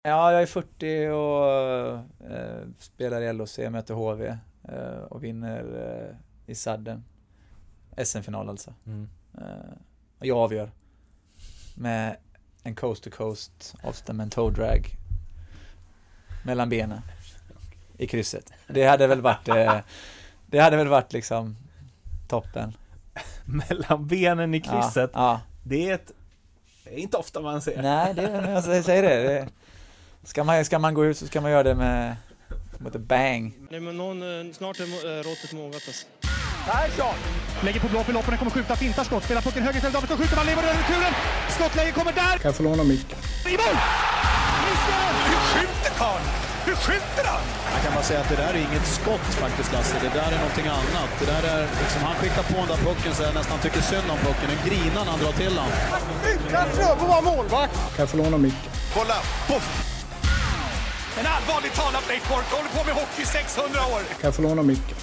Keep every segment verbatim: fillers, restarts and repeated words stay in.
Ja, jag är fyrtio och eh, spelar i L O C, möter H V eh, och vinner eh, i sadden. S M-final alltså. Mm. Eh, och jag avgör med en coast to coast ofta med en toe drag mellan benen i krysset. Det hade väl varit eh, det hade väl varit liksom toppen. Mellan benen i krysset. Ja, ja. Det är ett det är inte ofta man ser. Nej, det är, jag säger det. det ska man ska man gå ut så ska man göra det med med ett bang. Nej, men någon snart är råttet mogat alltså. Persson lägger på blå för loppen, kommer skjuta, fintar skott, spelar pucken höger istället, Davidsson skjuter, man lever över returen, skottläge kommer där. Kan jag få låna micken? I mål! Hur skjuter Karl? Hur skjuter han? Jag kan bara säga att det där är inget skott faktiskt, Lasse. Det där är någonting annat. Det där är liksom, han skickar på den där pucken så jag nästan tycker synd om pucken. En grinan han drar till han. Utan Fröbo var målvakt. Kan jag få låna micken? Kolla, poff! En allvarlig talat Leif Boork håller på med hockey sexhundra år. Kan jag få låna micken?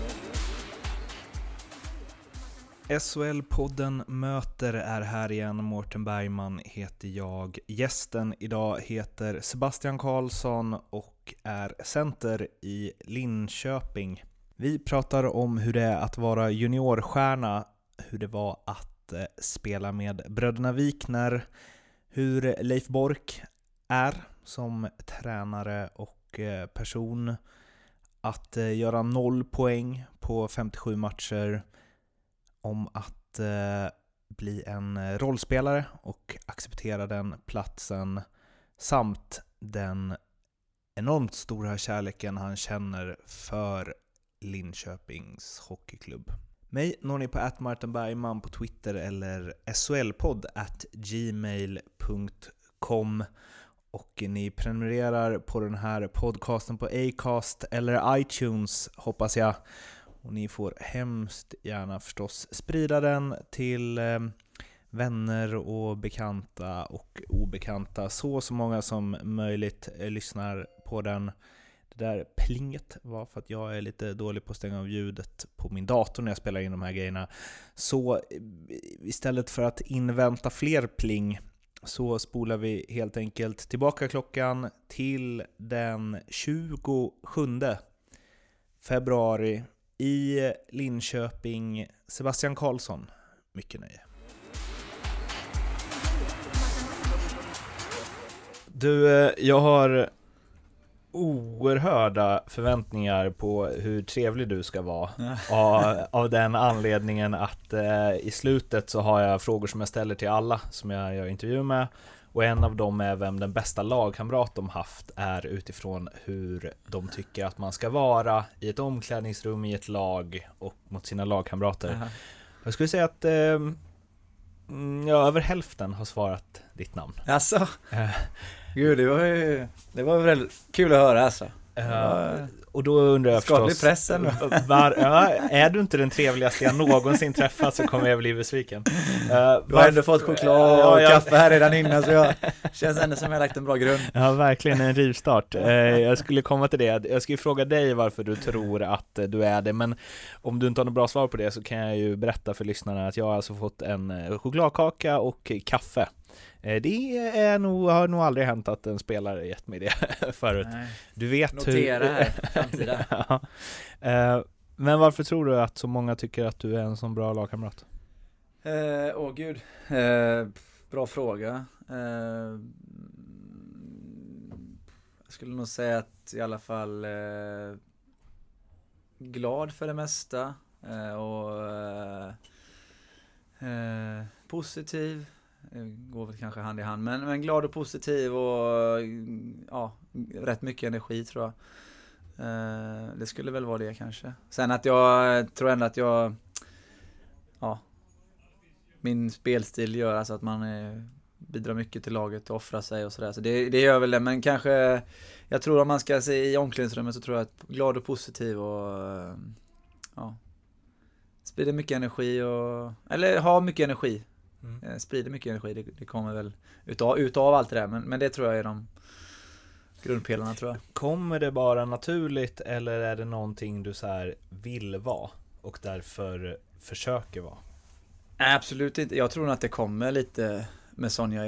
S H L-podden Möter är här igen. Mårten Bergman heter jag. Gästen idag heter Sebastian Karlsson och är center i Linköping. Vi pratar om hur det är att vara juniorstjärna, hur det var att eh, spela med bröderna Wikner, hur Leif Boork är som tränare och eh, person, att eh, göra noll poäng på femtiosju matcher, om att eh, bli en rollspelare och acceptera den platsen, samt den enormt stora kärleken han känner för Linköpings hockeyklubb. Mig når ni på at Martin Bergman på Twitter eller solpodd at gmail punkt com, och ni prenumererar på den här podcasten på Acast eller iTunes, hoppas jag. Och ni får hemskt gärna förstås sprida den till eh, vänner och bekanta och obekanta. Så så många som möjligt eh, lyssnar på den. Det där plinget var för att jag är lite dålig på att stänga av ljudet på min dator när jag spelar in de här grejerna. Så eh, istället för att invänta fler pling så spolar vi helt enkelt tillbaka klockan till den tjugosjunde februari i Linköping. Sebastian Karlsson, mycket nöje. Du, jag har oerhörda förväntningar på hur trevlig du ska vara. av, av den anledningen att eh, i slutet så har jag frågor som jag ställer till alla som jag gör intervju med. Och en av dem är vem den bästa lagkamrat de haft är utifrån hur de tycker att man ska vara i ett omklädningsrum, i ett lag och mot sina lagkamrater. Uh-huh. Jag skulle säga att eh, ja, över hälften har svarat ditt namn. Alltså, gud, det var ju det var väldigt kul att höra alltså. Uh, och då undrar jag förstås förstås pressen var, ja, är du inte den trevligaste jag någonsin träffat så kommer jag bli besviken. Uh, du har ändå fått choklad och ja, ja. kaffe här redan innan, så jag känns ändå som jag har lagt en bra grund. Ja, verkligen en rivstart. uh, Jag skulle komma till det. Jag skulle fråga dig varför du tror att du är det, men om du inte har något bra svar på det så kan jag ju berätta för lyssnarna att jag har alltså fått en chokladkaka och kaffe. Det är nog, har nog aldrig hänt att en spelare gett mig det förut. Nej. Du vet Notera hur... här framtida. Ja. Men varför tror du att så många tycker att du är en sån bra lagkamrat? Åh uh, oh, gud. Uh, bra fråga. Uh, jag skulle nog säga att i alla fall uh, glad för det mesta. Uh, och uh, uh, positiv. Går väl kanske hand i hand, men, men glad och positiv och ja, rätt mycket energi tror jag. Eh, det skulle väl vara det kanske. Sen att jag tror ändå att jag ja, min spelstil gör alltså att man eh, bidrar mycket till laget och offrar sig och sådär. Så det, det gör väl det, men kanske jag tror om man ska se i omklädningsrummet så tror jag att glad och positiv och eh, ja, sprider mycket energi och eller har mycket energi. Mm. Sprider mycket energi, det, det kommer väl utav, utav allt det där, men, men det tror jag är de grundpelarna tror jag. Kommer det bara naturligt eller är det någonting du så här vill vara och därför försöker vara? Nej, absolut inte, jag tror att det kommer lite med sån jag är.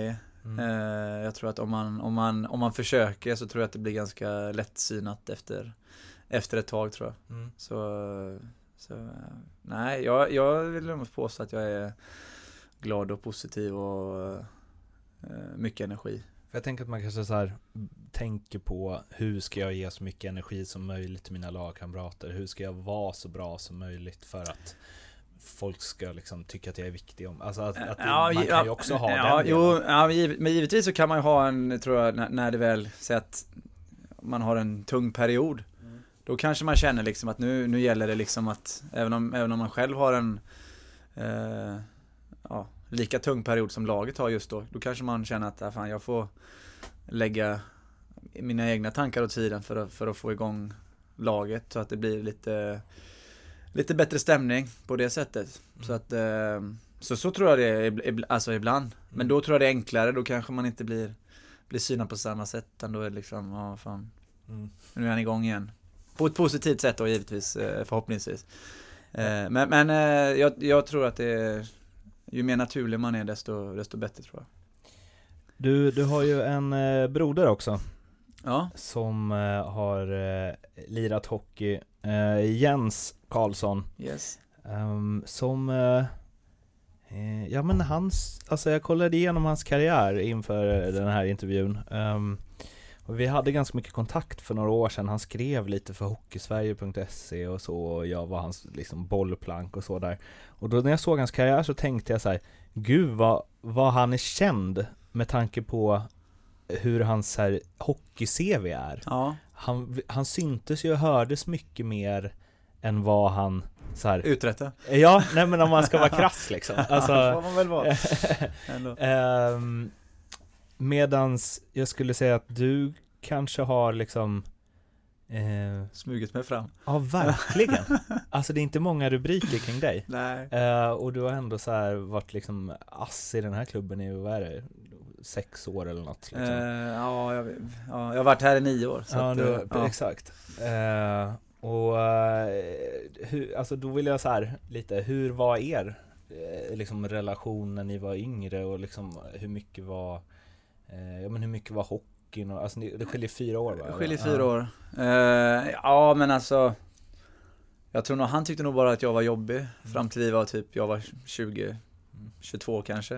Mm. Eh, jag tror att om man, om, man, om man försöker så tror jag att det blir ganska lättsynat efter, efter ett tag, tror jag. Mm. Så, så nej, jag, jag vill nog påstå att jag är glad och positiv och eh, mycket energi. Jag tänker att man kanske så här tänker på hur ska jag ge så mycket energi som möjligt till mina lagkamrater? Hur ska jag vara så bra som möjligt för att folk ska liksom tycka att jag är viktig om. Alltså att, att ja, man kan ju också ha ja, den jo, ja, men givetvis så kan man ju ha en, tror jag, när, när det väl så att man har en tung period. Mm. Då kanske man känner liksom att nu, nu gäller det liksom att även om, även om man själv har en eh, ja, lika tung period som laget har just då, då kanske man känner att ja, fan, jag får lägga mina egna tankar åt sidan för att, för att få igång laget så att det blir lite lite bättre stämning på det sättet. Mm. Så att eh, så, så tror jag det är alltså ibland. Mm. Men då tror jag det är enklare, då kanske man inte blir blir synad på samma sätt, utan då är det liksom, ja fan, mm. nu är han igång igen. På ett positivt sätt då givetvis, förhoppningsvis. Eh, men men eh, jag, jag tror att det är, ju mer naturlig man är desto, desto bättre, tror jag. Du, du har ju en eh, broder också. Ja. Som eh, har eh, lirat hockey. Eh, Jens Karlsson. Yes. Um, som eh, eh, ja men hans, alltså jag kollade igenom hans karriär inför den här intervjun. Um, och vi hade ganska mycket kontakt för några år sedan. Han skrev lite för hockeysverige punkt se och så, och jag var hans liksom bollplank och så där. Och då när jag såg hans karriär så tänkte jag så här: gud vad, vad han är känd med tanke på hur hans här hockey-C V är. Ja. Han, han syntes ju och hördes mycket mer än vad han så här uträtta. Ja, nej men om man ska vara krass liksom. Alltså, får man väl vara. um, medans jag skulle säga att du kanske har liksom eh, smugit mig fram. Ja, verkligen. Alltså det är inte många rubriker kring dig. Nej. Uh, och du har ändå så här varit liksom ass i den här klubben i, vad är det, sex år eller något liksom. Uh, ja, jag, ja, jag har varit här i nio år. Så ja, att, du, ja. Exakt. Uh, och uh, hur, alltså då vill jag så här lite, hur var er uh, liksom relation när ni var yngre, och liksom hur mycket var uh, ja men hur mycket var hockeyn och, alltså det skiljer fyra år, va? Det skiljer fyra uh. år. Uh, ja men alltså jag tror nog han tyckte nog bara att jag var jobbig mm. fram till vi var typ, jag var tjugo, tjugotvå kanske.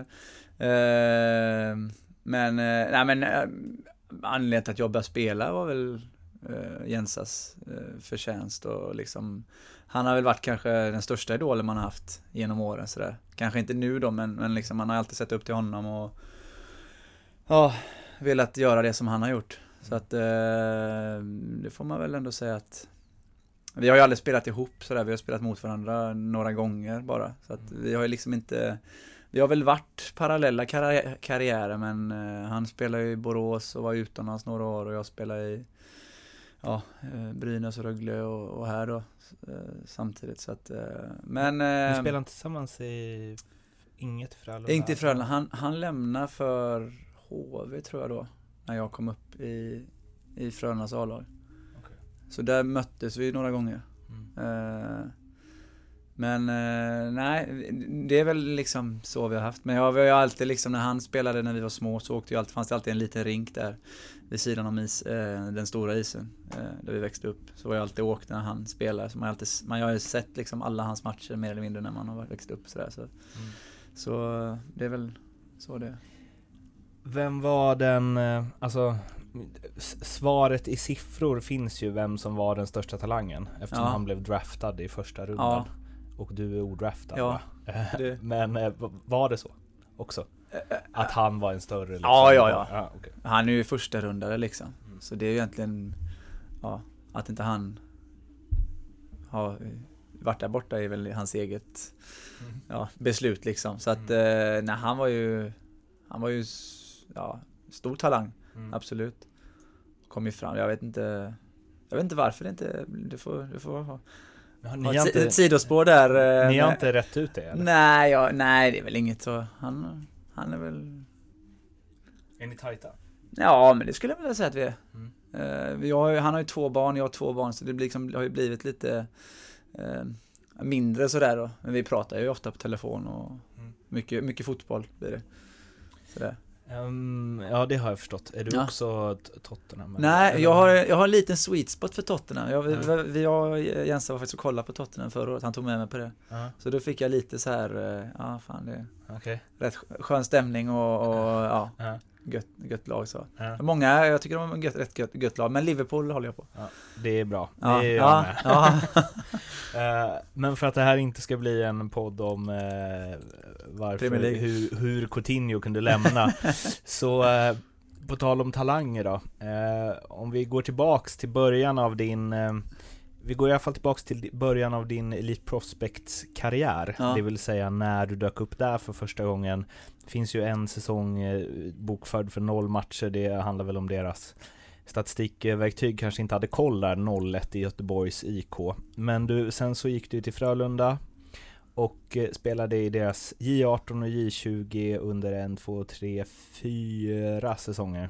Uh, men uh, nej men uh, anledningen till att jag började spela var väl uh, Jensas uh, förtjänst, och liksom han har väl varit kanske den största idolen man har haft genom åren så där. Kanske inte nu då, men men liksom man har alltid sett upp till honom och ja, velat göra det som han har gjort. Så att uh, det får man väl ändå säga att vi har ju aldrig spelat ihop så där, vi har spelat mot varandra några gånger bara, så att vi har ju liksom inte, vi har väl varit parallella karri- karriärer, men uh, han spelar ju i Borås och var utomlands några år, och jag spelar i ja, uh, Brynäs och Rögle och, och här då uh, samtidigt, så att uh, men uh, ni spelar tillsammans i inget Frölunda? Inte i Frölunda, han, han lämnar för H V tror jag då, när jag kom upp i, i Frölundas A-lag. Okay. Så där möttes vi några gånger. Mm. Uh, Men eh, nej, det är väl liksom så vi har haft. Men jag har ju alltid liksom, när han spelade när vi var små, så åkte ju alltid, fanns det alltid en liten rink där vid sidan om is, eh, den stora isen eh, där vi växte upp. Så var jag alltid åkt när han spelade. Så man har alltid, man har ju sett liksom alla hans matcher mer eller mindre när man har växt upp så där. Så, mm. så det är väl så det. Vem var den, alltså svaret i siffror finns ju vem som var den största talangen, eftersom ja. han blev draftad i första rundan. Ja. Och du är odraftad, ja, det. Men var det så också? Att han var en större liksom? Ja, ja, ja. ja okay. Han är ju första rundare liksom. Mm. Så det är ju egentligen, ja, att inte han har varit där borta är väl hans eget mm. ja, beslut liksom. Så att, mm. eh, nej, han var ju han var ju ja, stor talang, mm. absolut. Kom ju fram, jag vet inte jag vet inte varför det inte, det får, det får ha Ja, ni har ett inte, sidospår där. Ni har inte rätt ut det, eller? Nej, ja, nej, det är väl inget så. Han, han är väl... Är ni tajta? Ja, men det skulle jag vilja säga att vi är. Mm. Uh, vi har, han har ju två barn, jag har två barn. Så det, blir liksom, det har ju blivit lite uh, mindre sådär då. Men vi pratar ju ofta på telefon och mm. mycket, mycket fotboll blir det. Sådär. Um, ja, det har jag förstått. Är du Ja. också t- Tottenham? Nej, eller? jag har, jag har en liten sweet spot för Tottenham. Jag, Ja. vi, vi och Jens var faktiskt och kollade på Tottenham förra året. Han tog med mig på det. Ja, Så då fick jag lite så här, eh, ja fan det är okej. rätt skön stämning och, och ja, Ja, gött, gött lag så. ja. Många, jag tycker de är gött, rätt gött, gött lag, men Liverpool håller jag på. Ja, det är bra. Det Ja, är jag ja, med. ja. Eh, men för att det här inte ska bli en podd om eh, varför, Premier League. hur, hur Coutinho kunde lämna, så eh, på tal om talanger då, eh, om vi går tillbaks till början av din eh, vi går i alla fall tillbaks till början av din Elite Prospects karriär, Ja. det vill säga när du dök upp där för första gången. Det finns ju en säsong eh, bokförd för noll matcher, det handlar väl om deras statistikverktyg kanske inte hade koll där, noll ett i Göteborgs I K. Men du, sen så gick du till Frölunda och eh, spelade i deras J arton och J tjugo under en, två, tre, fyra säsonger.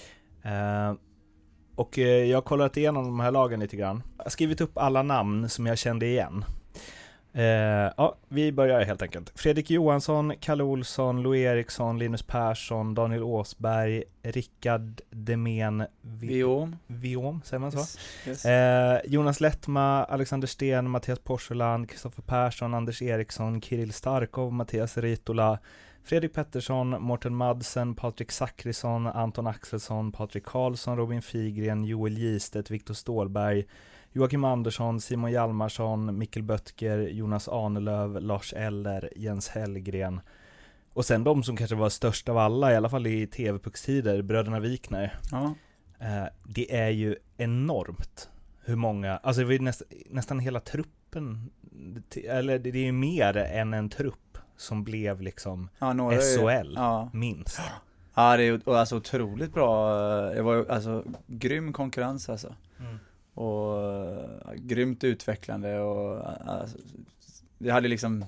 Eh, och eh, jag har kollat igenom de här lagen lite grann. Jag har skrivit upp alla namn som jag kände igen. Eh, ja, vi börjar helt enkelt. Fredrik Johansson, Kalle Olsson, Louis Eriksson, Linus Persson, Daniel Åsberg, Rickard Demén, Viom. Viom, säger man så? Yes. Yes. Eh, Jonas Lettma, Alexander Sten, Mattias Porseland, Kristoffer Persson, Anders Eriksson, Kirill Starkov, Mattias Ritola, Fredrik Pettersson, Morten Madsen, Patrik Zackrisson, Anton Axelsson, Patrik Karlsson, Robin Figren, Joel Gistedt, Viktor Stålberg, Joakim Andersson, Simon Hjalmarsson, Mikkel Böttger, Jonas Ahnelöv, Lars Eller, Jens Hellgren. Och sen de som kanske var störst av alla, i alla fall i T V-puckstider, bröderna Wikner. Ja. Eh, det är ju enormt hur många, alltså det var ju näst, nästan hela truppen, eller det är ju mer än en trupp som blev liksom Ja, några är- S H L, Ja. minst. Ja, det är och alltså otroligt bra. Det var ju alltså grym konkurrens alltså. Mm. Och ja, grymt utvecklande och alltså, vi hade liksom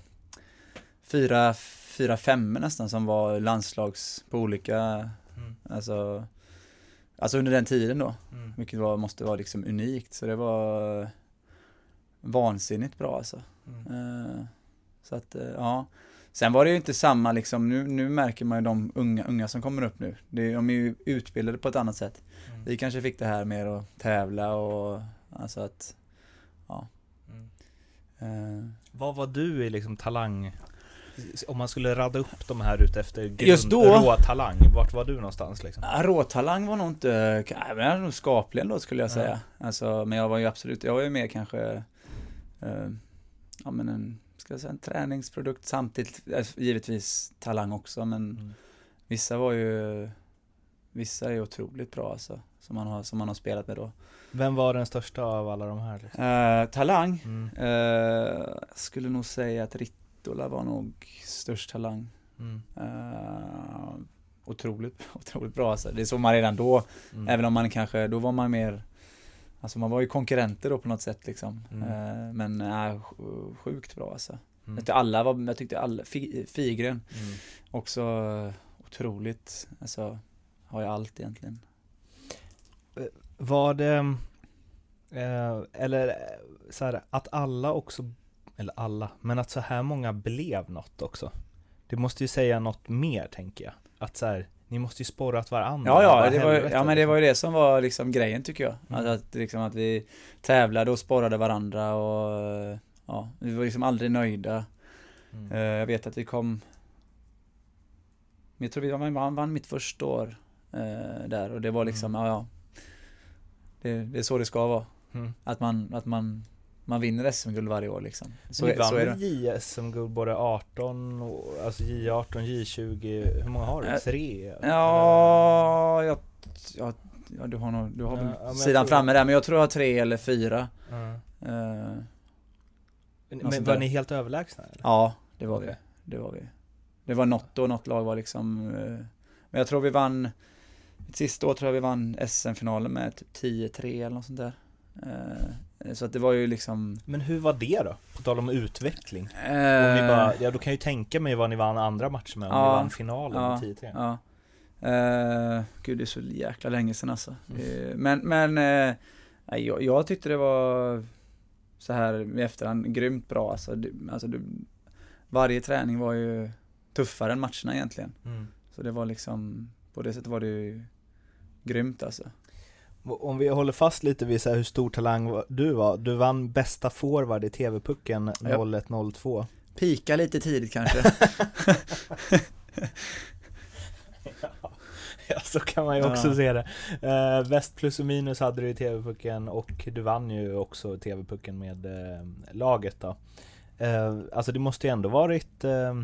fyra, fyra fem nästan som var landslags på olika Mm. alltså, alltså under den tiden då. Mm. Vilket var, måste vara liksom unikt. Så det var vansinnigt bra alltså. Mm. Eh, så att eh, ja. Sen var det ju inte samma liksom, nu, nu märker man ju de unga, unga som kommer upp nu. Det, de är ju utbildade på ett annat sätt. Mm. Vi kanske fick det här mer att tävla och alltså att, ja. Mm. Eh, Vad var du i liksom talang, om man skulle radda upp de här ut efter grund, Just då? rå talang, vart var du någonstans liksom? ja, råtalang var nog inte, nej, men jag är nog skaplig ändå skulle jag Ja. säga. Alltså, men jag var ju absolut, jag var ju mer kanske, eh, ja men en, ska jag säga en träningsprodukt samtidigt, alltså, givetvis talang också, men Mm. vissa var ju, vissa är otroligt bra alltså, som man har, som man har spelat med då. Vem var den största av alla de här liksom? Eh, talang, Mm. eh, jag skulle nog säga att Ritola var nog störst talang. Mm. Eh, otroligt, otroligt bra alltså. Det såg man redan då, Mm. även om man kanske, då var man mer, alltså man var ju konkurrenter då på något sätt liksom. Mm. Eh, men äh, sjukt bra alltså. Mm. Jag tyckte alla var, jag tyckte alla, Fi- Figren Mm. också eh, otroligt, alltså har ju allt egentligen. Var det eh, eller eh, så här, att alla också, eller alla, men att så här många blev något också. Det måste ju säga något mer, tänker jag. Att så här, ni måste ju sporrat varandra. Ja, ja, Vad det var, helvete, ja men det var ju det som var liksom grejen tycker jag. Mm. Alltså att, liksom att vi tävlade och sporrade varandra och ja, vi var liksom aldrig nöjda. Mm. Eh, jag vet att vi kom, men jag tror vi vann, vann, vann mitt första år eh, där och det var liksom, Mm. ja ja, det, det är så det ska vara. Mm. Att man, att man, man vinner S M-guld varje år liksom. Så, Ni är, vann så är det. J S M-guld både arton, och, alltså J arton, J tjugo, hur många har du? Äh, Tre? Ja, jag, ja, ja, du har nog, du har Ja, väl ja, men sidan jag tror- framme där, men jag tror jag har tre eller fyra. Ja. Eh, Men sånt var där. ni helt överlägsna eller? ja, det var Okej. vi. Det var vi. Det var något och något lag var liksom, eh, men jag tror vi vann, ett sista år tror jag vi vann S M-finalen med typ tio tre eller något sånt där. Eh, så att det var ju liksom Men hur var det då? På tal om utveckling. eh, Om ni bara, ja, då kan jag ju tänka mig vad ni vann andra matcher med. Om Ja, ni vann finalen med tio tre. Ja. Eh, gud, det är så jäkla länge sedan alltså. Mm. Eh, men men eh, nej, jag, jag tyckte det var så här i efterhand grymt bra alltså. Det, alltså det, varje träning var ju tuffare än matcherna egentligen. Mm. Så det var liksom på det sättet var det ju grymt alltså. Om vi håller fast lite vid så här hur stor talang du var. Du vann bästa forward i T V-pucken noll ett noll två. Pika lite tidigt kanske. Ja, så kan man ju också ja. se det. Uh, bäst plus och minus hade du i T V-pucken och du vann ju också T V-pucken med uh, laget då. Uh, alltså det måste ju ändå varit... Uh, uh,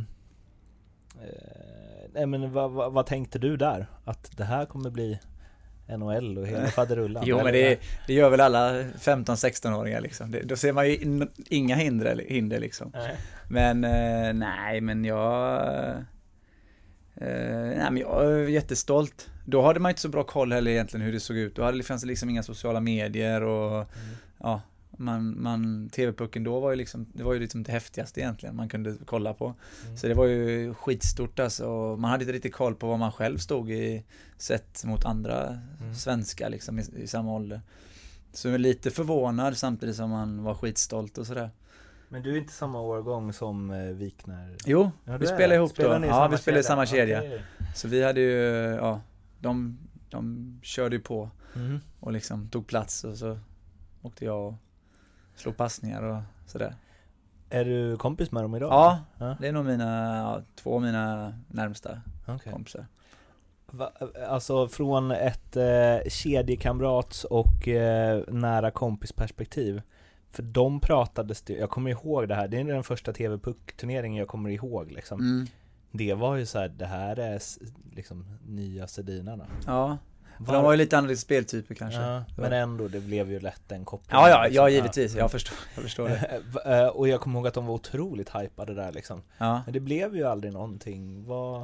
nej, men vad, vad, vad tänkte du där? Att det här kommer bli N H L och hela faderullan? Jo, men det, det gör väl alla femton-sexton-åringar liksom. Det, då ser man ju in, inga hinder, hinder liksom. Nej. Men uh, nej, men jag... Uh, nej, men jag är jättestolt. Då hade man inte så bra koll heller egentligen hur det såg ut. Då hade det fanns liksom inga sociala medier och mm. ja, man, man T V-pucken då var ju liksom, det var ju liksom det häftigaste egentligen man kunde kolla på. Mm. Så det var ju skitstort alltså. Man hade inte riktigt koll på vad man själv stod i sett mot andra mm. svenskar liksom i, i samma ålder. Så jag är lite förvånad samtidigt som man var skitstolt och sådär. Men du är inte samma årgång som eh, Wikner? Jo, ja, vi spelade ihop spelar då. Ja, vi spelade i samma kedja. Okay. Så vi hade ju, ja, de, de körde ju på mm. och liksom tog plats och så åkte jag och slog passningar och sådär. Är du kompis med dem idag? Ja, ja. Det är nog mina, ja, två av mina närmsta okay. kompisar. Va, alltså från ett eh, kedjekamrats och eh, nära kompisperspektiv. För de pratades, jag kommer ihåg det här, det är den första T V-puck-turneringen jag kommer ihåg liksom. Mm. Det var ju så här, det här är liksom nya sedinarna. Ja, för var... de var ju lite andra speltyper kanske. Ja, men ändå, det blev ju lätt en koppling. Ja, ja, liksom. ja givetvis, jag förstår, jag förstår det. Och jag kommer ihåg att de var otroligt hypade där liksom. Ja. Men det blev ju aldrig någonting. Vad,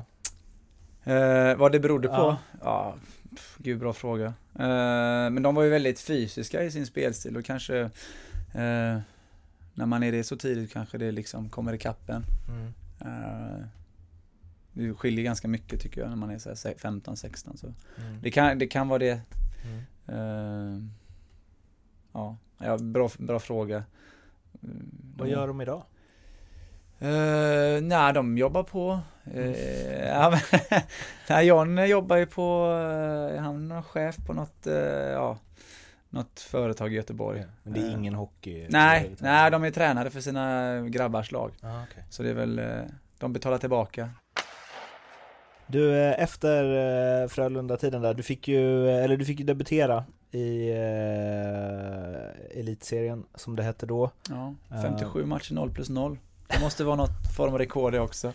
eh, vad det berodde på? Ja, ja pff, gud, bra fråga. Eh, men de var ju väldigt fysiska i sin spelstil och kanske... Uh, när man är det så tidigt kanske det liksom kommer i kappen. Mm. Uh, det skiljer ganska mycket tycker jag när man är så här femton sexton så. Mm. Det kan det kan vara det. Mm. Uh, ja, ja bra bra fråga. Uh, Vad gör de idag? Uh, nej, de jobbar på. Uh, ja, men, nej, John jobbar ju på uh, han är chef på något uh, ja något företag i Göteborg. Men det är ingen hockey? Nej, nej, de är tränare för sina grabbars lag. Ah, okay. Så det är väl, de betalar tillbaka. Du, efter Frölunda-tiden där, du fick ju, eller du fick ju debutera i eh, elitserien som det hette då. Ja, femtiosju uh, matcher noll plus noll. Det måste vara något form av rekord det också.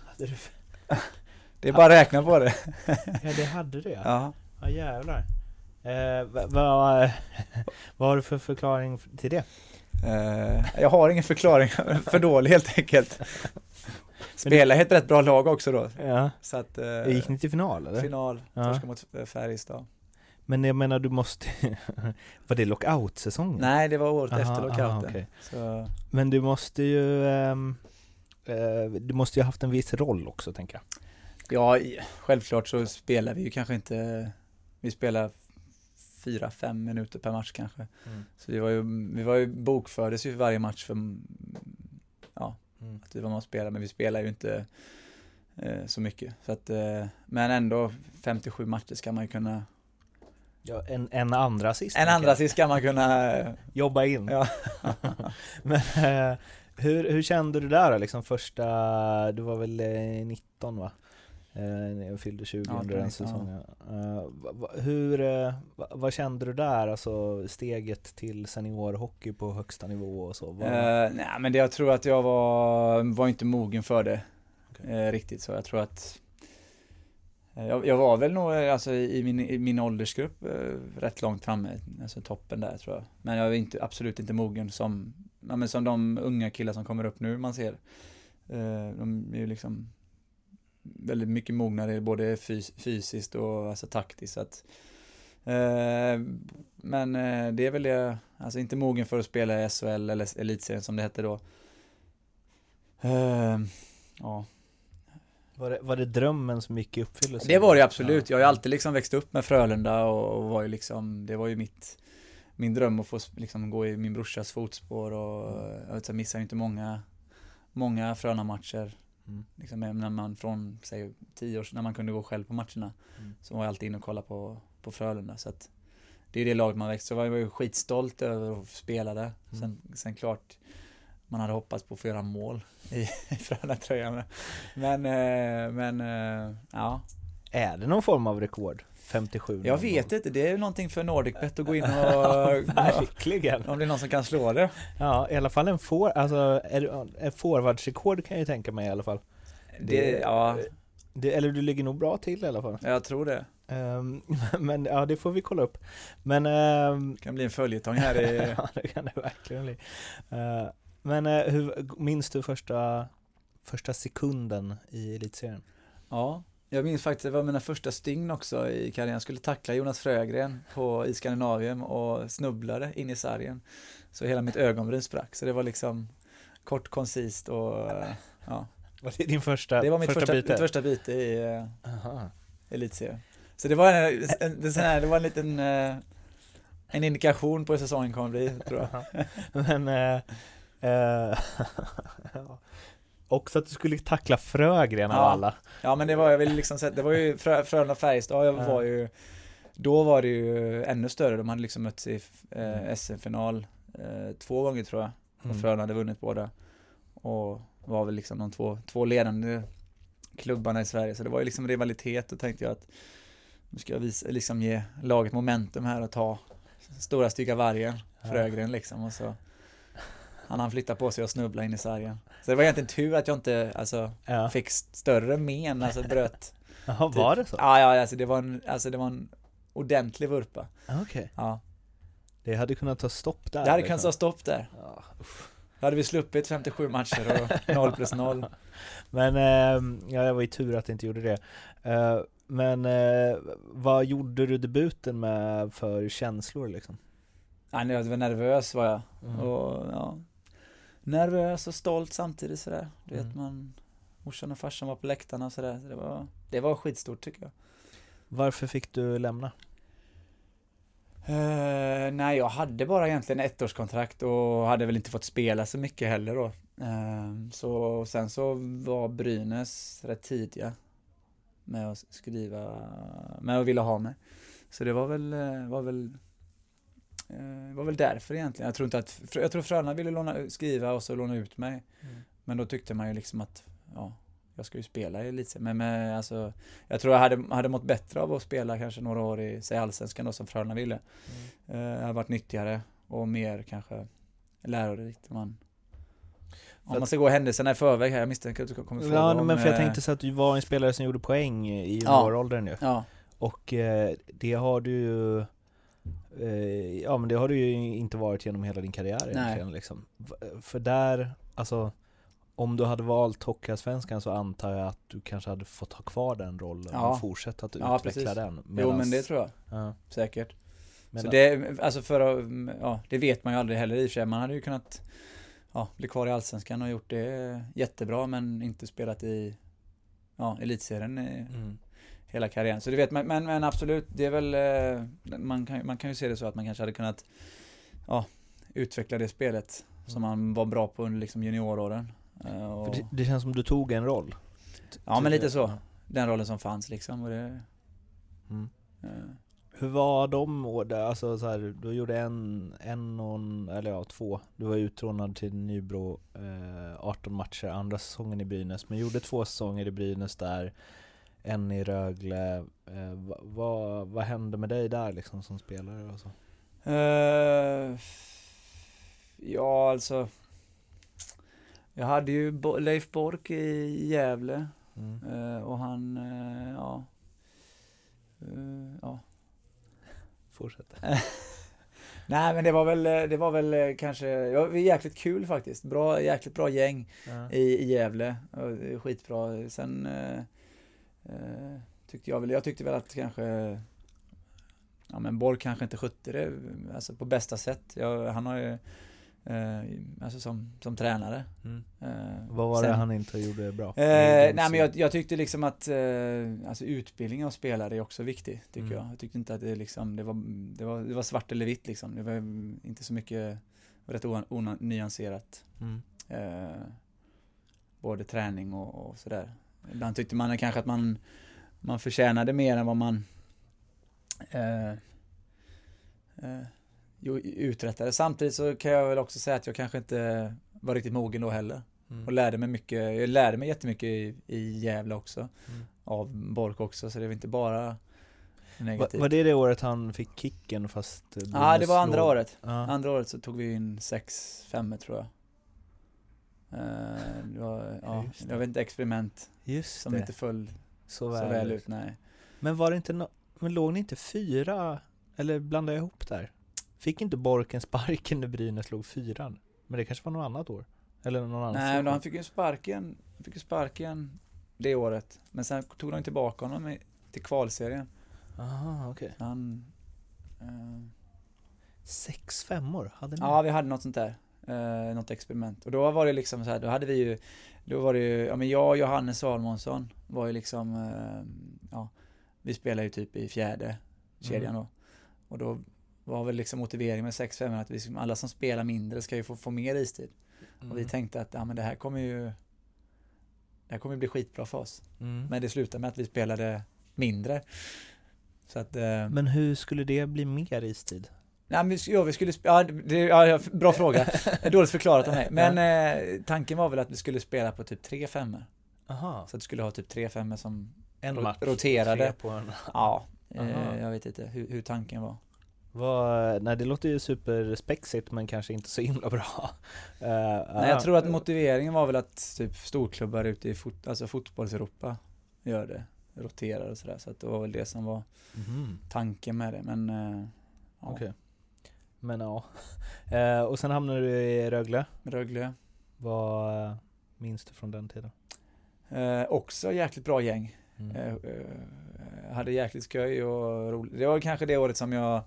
Det är bara att räkna på det. Ja, det hade det. Ja. Ja, jävlar. Eh, vad, vad, vad har du för förklaring till det? Eh, jag har ingen förklaring, för dålig helt enkelt. Spela ett rätt bra lag också då. Ja. Så att, eh, gick ni till final eller? Final, ja. torska mot Färjestad. Men jag menar du måste, var det lockout-säsongen? Nej, det var året aha, efter lockouten. aha, okay. Så. Men du måste ju, ähm, äh, du måste ju ha haft en viss roll också tänker jag. Ja, självklart så spelar vi ju kanske inte, vi spelar fyra, fem minuter per match kanske. Mm. Så vi var ju, vi var ju bokfördes ju för varje match för ja, mm. att vi var med och spela, men vi spelar ju inte eh, så mycket. Så att, eh, men ändå femtiosju matcher ska man ju kunna ja, en, en andra sist. En andra sist ska man kunna eh, jobba in. Ja. Men eh, hur, hur kände du där liksom första, du var väl eh, nitton va? Jag fyllde tjugo ja, under den säsongen. Uh, hur, uh, vad kände du där? Alltså steget till seniorhockey på högsta nivå och så? Var... Uh, nej, men det, jag tror att jag var, var inte mogen för det. Okay. Uh, riktigt så. Jag tror att uh, jag, jag var väl nog alltså, i, min, i min åldersgrupp uh, rätt långt framme. Alltså toppen där tror jag. Men jag var inte, absolut inte mogen som, ja, men som de unga killar som kommer upp nu man ser. Uh, de är ju liksom väldigt mycket mognare både fys- fysiskt och alltså taktiskt så att, eh, men eh, det är väl det, alltså inte mogen för att spela i S H L eller elitserien som det hette då. Eh, ja. Var det, var det drömmen som gick i uppfyllelse? Det var det absolut. Jag har ju alltid liksom växt upp med Frölunda och, och var ju liksom, det var ju mitt min dröm att få liksom gå i min brorsas fotspår och jag vet, så missar inte många många Frölunda matcher. Mm. Liksom när man från, säg tio år när man kunde gå själv på matcherna, Mm. så var jag alltid inne och kolla på, på Frölunda. Så att det är det laget man växte. Så jag var ju skitstolt över att spela där. Mm. Sen, sen klart, man hade hoppats på att få göra mål i, i Frölunda-tröjan. Men, eh, men eh, ja. Är det någon form av rekord? femtiosju? Jag vet inte, det är ju någonting för NordicBet att gå in och... Verkligen. Om det är någon som kan slå det. Ja, i alla fall en for, alltså en forwardsrekord kan jag ju tänka mig i alla fall. Det, ja, Det, eller du ligger nog bra till i alla fall. jag tror det. Um, men ja, det får vi kolla upp. Men um, Det kan bli en följetong här i... ja, det kan det verkligen bli. Uh, men uh, hur, minns du första, första sekunden i elitserien? Ja, jag minns faktiskt, det var mina första stygn också i karriären. Jag skulle tackla Jonas Frögren på, i Skandinavien och snubblade in i sargen. Så hela mitt ögonbryn sprack. Så det var liksom kort, koncist och ja. Var det din första Det var mitt första, första, byte? mitt första byte i uh, Aha. elitserien. Så det var en, en, en, sån här, det var en liten uh, en indikation på hur säsongen kommer bli, tror jag. Men uh, uh, också att du skulle tackla Frögren av Ja. alla. Ja, men det var jag vill liksom säga, det var ju Frö, Frölunda Färjestad, jag var ju då var det ju ännu större. De hade liksom mötts i eh, S M-final eh, två gånger, tror jag. Och Mm. Frölunda hade vunnit båda. Och var väl liksom de två, två ledande klubbarna i Sverige. Så det var ju liksom rivalitet, och tänkte jag att nu ska jag visa, liksom ge laget momentum här och ta stora stygga vargen, Frögren liksom. Och så han han flytta på sig och snubbla in i sargen. Så det var egentligen tur att jag inte alltså, Ja. fick större men, alltså bröt. Jaha, var det så? Ja, ja, alltså det var en, alltså det var en ordentlig vurpa. Okej. Ja. Det hade kunnat ta stopp där. Det hade liksom. kunnat ta stopp där. Ja, uff. Då hade vi sluppit femtiosju matcher och noll plus noll. Men eh, ja, det var ju tur att jag inte gjorde det. Eh, men eh, vad gjorde du debuten med för känslor liksom? Ja, jag var nervös var jag. Mm. Och, ja, nervös och stolt samtidigt sådär. Du vet, Mm. man, morsan och farsan var på läktarna och sådär. Så det var, det var skitstort, tycker jag. Varför fick du lämna? Uh, nej, jag hade bara egentligen ett ettårskontrakt och hade väl inte fått spela så mycket heller då. Uh, så och sen så var Brynäs rätt tidiga med att skriva, med att vilja ha mig. Så det var väl var väl uh, var väl därför egentligen. Jag tror inte att jag tror Frölunda ville låna, skriva och så låna ut mig. Mm. Men då tyckte man ju liksom att ja, jag ska ju spela i lite. Men med, alltså, jag tror jag hade, hade mått bättre av att spela kanske några år i sig Allsvenskan då, som Frölunda ville. Mm. Uh, det hade varit nyttigare och mer kanske lärorikt. Man, om man ska gå händelserna i förväg här, jag misstänker att du kommer fråga Ja, om, men för jag eh, tänkte så att du var en spelare som gjorde poäng i Ja. junioråldern nu. Ja, Och eh, det har du ju eh, ja, men det har du ju inte varit genom hela din karriär egentligen liksom. V- För där, alltså om du hade valt Hockeyallsvenskan så antar jag att du kanske hade fått ha kvar den rollen Ja. och fortsätta att Ja, utveckla precis. den. jo men det tror jag Ja, säkert. medan, Så det, alltså för att, ja, det vet man ju aldrig heller i och för sig. Man hade ju kunnat ja, bli kvar i Allsvenskan och gjort det jättebra, men inte spelat i ja, elitserien i mm. hela karriären. Så det vet man, men, men absolut, det är väl eh, man kan, man kan ju se det så att man kanske hade kunnat ja, utveckla det spelet som man var bra på under liksom junioråren. Eh, och, För det, det känns som du tog en roll. ja, men lite så. Den rollen som fanns liksom. Och det, Mm. eh, Hur var de år, alltså så här, du gjorde en, en och en, eller ja, två. Du var utlånad till Nybro eh, arton matcher, andra säsongen i Brynäs, men gjorde två säsonger i Brynäs där, en i Rögle. Eh, vad, vad, vad hände med dig där liksom som spelare och så? Uh, ja, alltså jag hade ju Bo- Leif Bork i Gävle Mm. uh, och han uh, ja uh, ja Fortsätt. nej, men det var väl det var väl kanske ja, det var jäkligt kul faktiskt, bra, jäkligt bra gäng Ja. i, i Gävle, och skitbra. Sen uh, uh, tyckte jag väl jag tyckte väl att kanske ja, men Borg kanske inte skötte det alltså på bästa sätt. Jag, han har ju eh, alltså som, som tränare. Mm. Eh, Vad var sen, det han inte gjorde bra? Eh, nej, men jag, jag tyckte liksom att eh, alltså utbildning av spelare är också viktig, tycker Mm. jag. Jag tyckte inte att det liksom det var det var det var svart eller vitt liksom. Det var inte så mycket, rätt onyanserat. Mm. Eh, både träning och, och sådär. Ibland tyckte man kanske att man, man förtjänade mer än vad man eh, eh, uträttade. Samtidigt så kan jag väl också säga att jag kanske inte var riktigt mogen då heller. Mm. Och lärde mig mycket, jag lärde mig jättemycket i, i Gävle också. Mm. Av Bork också, så det var inte bara negativt. Var, var det det året han fick kicken fast... Ja, ah, det var andra slå... året. Ah. Andra året så tog vi in sex femmor tror jag. Uh, det var, ja, det. det var ett experiment Just som det. inte föll så väl, så väl ut, nej. Men var det inte no- men låg ni inte fyra, eller blandade jag ihop där? Fick inte Borken sparken när Brynäs låg fyran? Men det kanske var något annat år? Eller någon annan nej, men han fick ju sparken, fick ju sparken det året. Men sen tog de tillbaka honom till kvalserien. Aha, okej. Okay. Han... Uh, Sex femmor hade ni? Ja, vi hade något sånt där. Uh, något experiment. Och då var det liksom så här, då hade vi ju, då var det ju, ja men jag och Johannes Salmonsson var ju liksom, uh, ja, vi spelade ju typ i fjärde kedjan mm. då. Och då var väl liksom motiveringen med sex femmor att vi, alla som spelar mindre ska ju få, få mer istid. Mm. Och vi tänkte att ja, men det här kommer ju det här kommer ju bli skitbra för oss. Mm. Men det slutade med att vi spelade mindre. Så att, uh, men hur skulle det bli mer istid? Nej, men ja, vi skulle spela, ja, det, ja, bra fråga. Dåligt förklarat av mig. Men eh, tanken var väl att vi skulle spela på typ tre femmor. Aha. Så att vi skulle ha typ tre femmor som en ro- match, roterade. På en... Ja, eh, jag vet inte hur, hur tanken var. var. Nej, det låter ju superspexigt men kanske inte så himla bra. Uh, Nej, jag tror att motiveringen var väl att typ storklubbar ute i fot- alltså fotbolls-Europa gör det. Roterar och sådär. Så att det var väl det som var mm. tanken med det. Men eh, ja. Okej. Okay. Men ja. Eh, och sen hamnade du i Rögle. Rögle. Vad eh, minns du från den tiden? Eh, också jäkligt bra gäng. Mm. Eh, eh, hade jäkligt skoj och roligt. Det var kanske det året som jag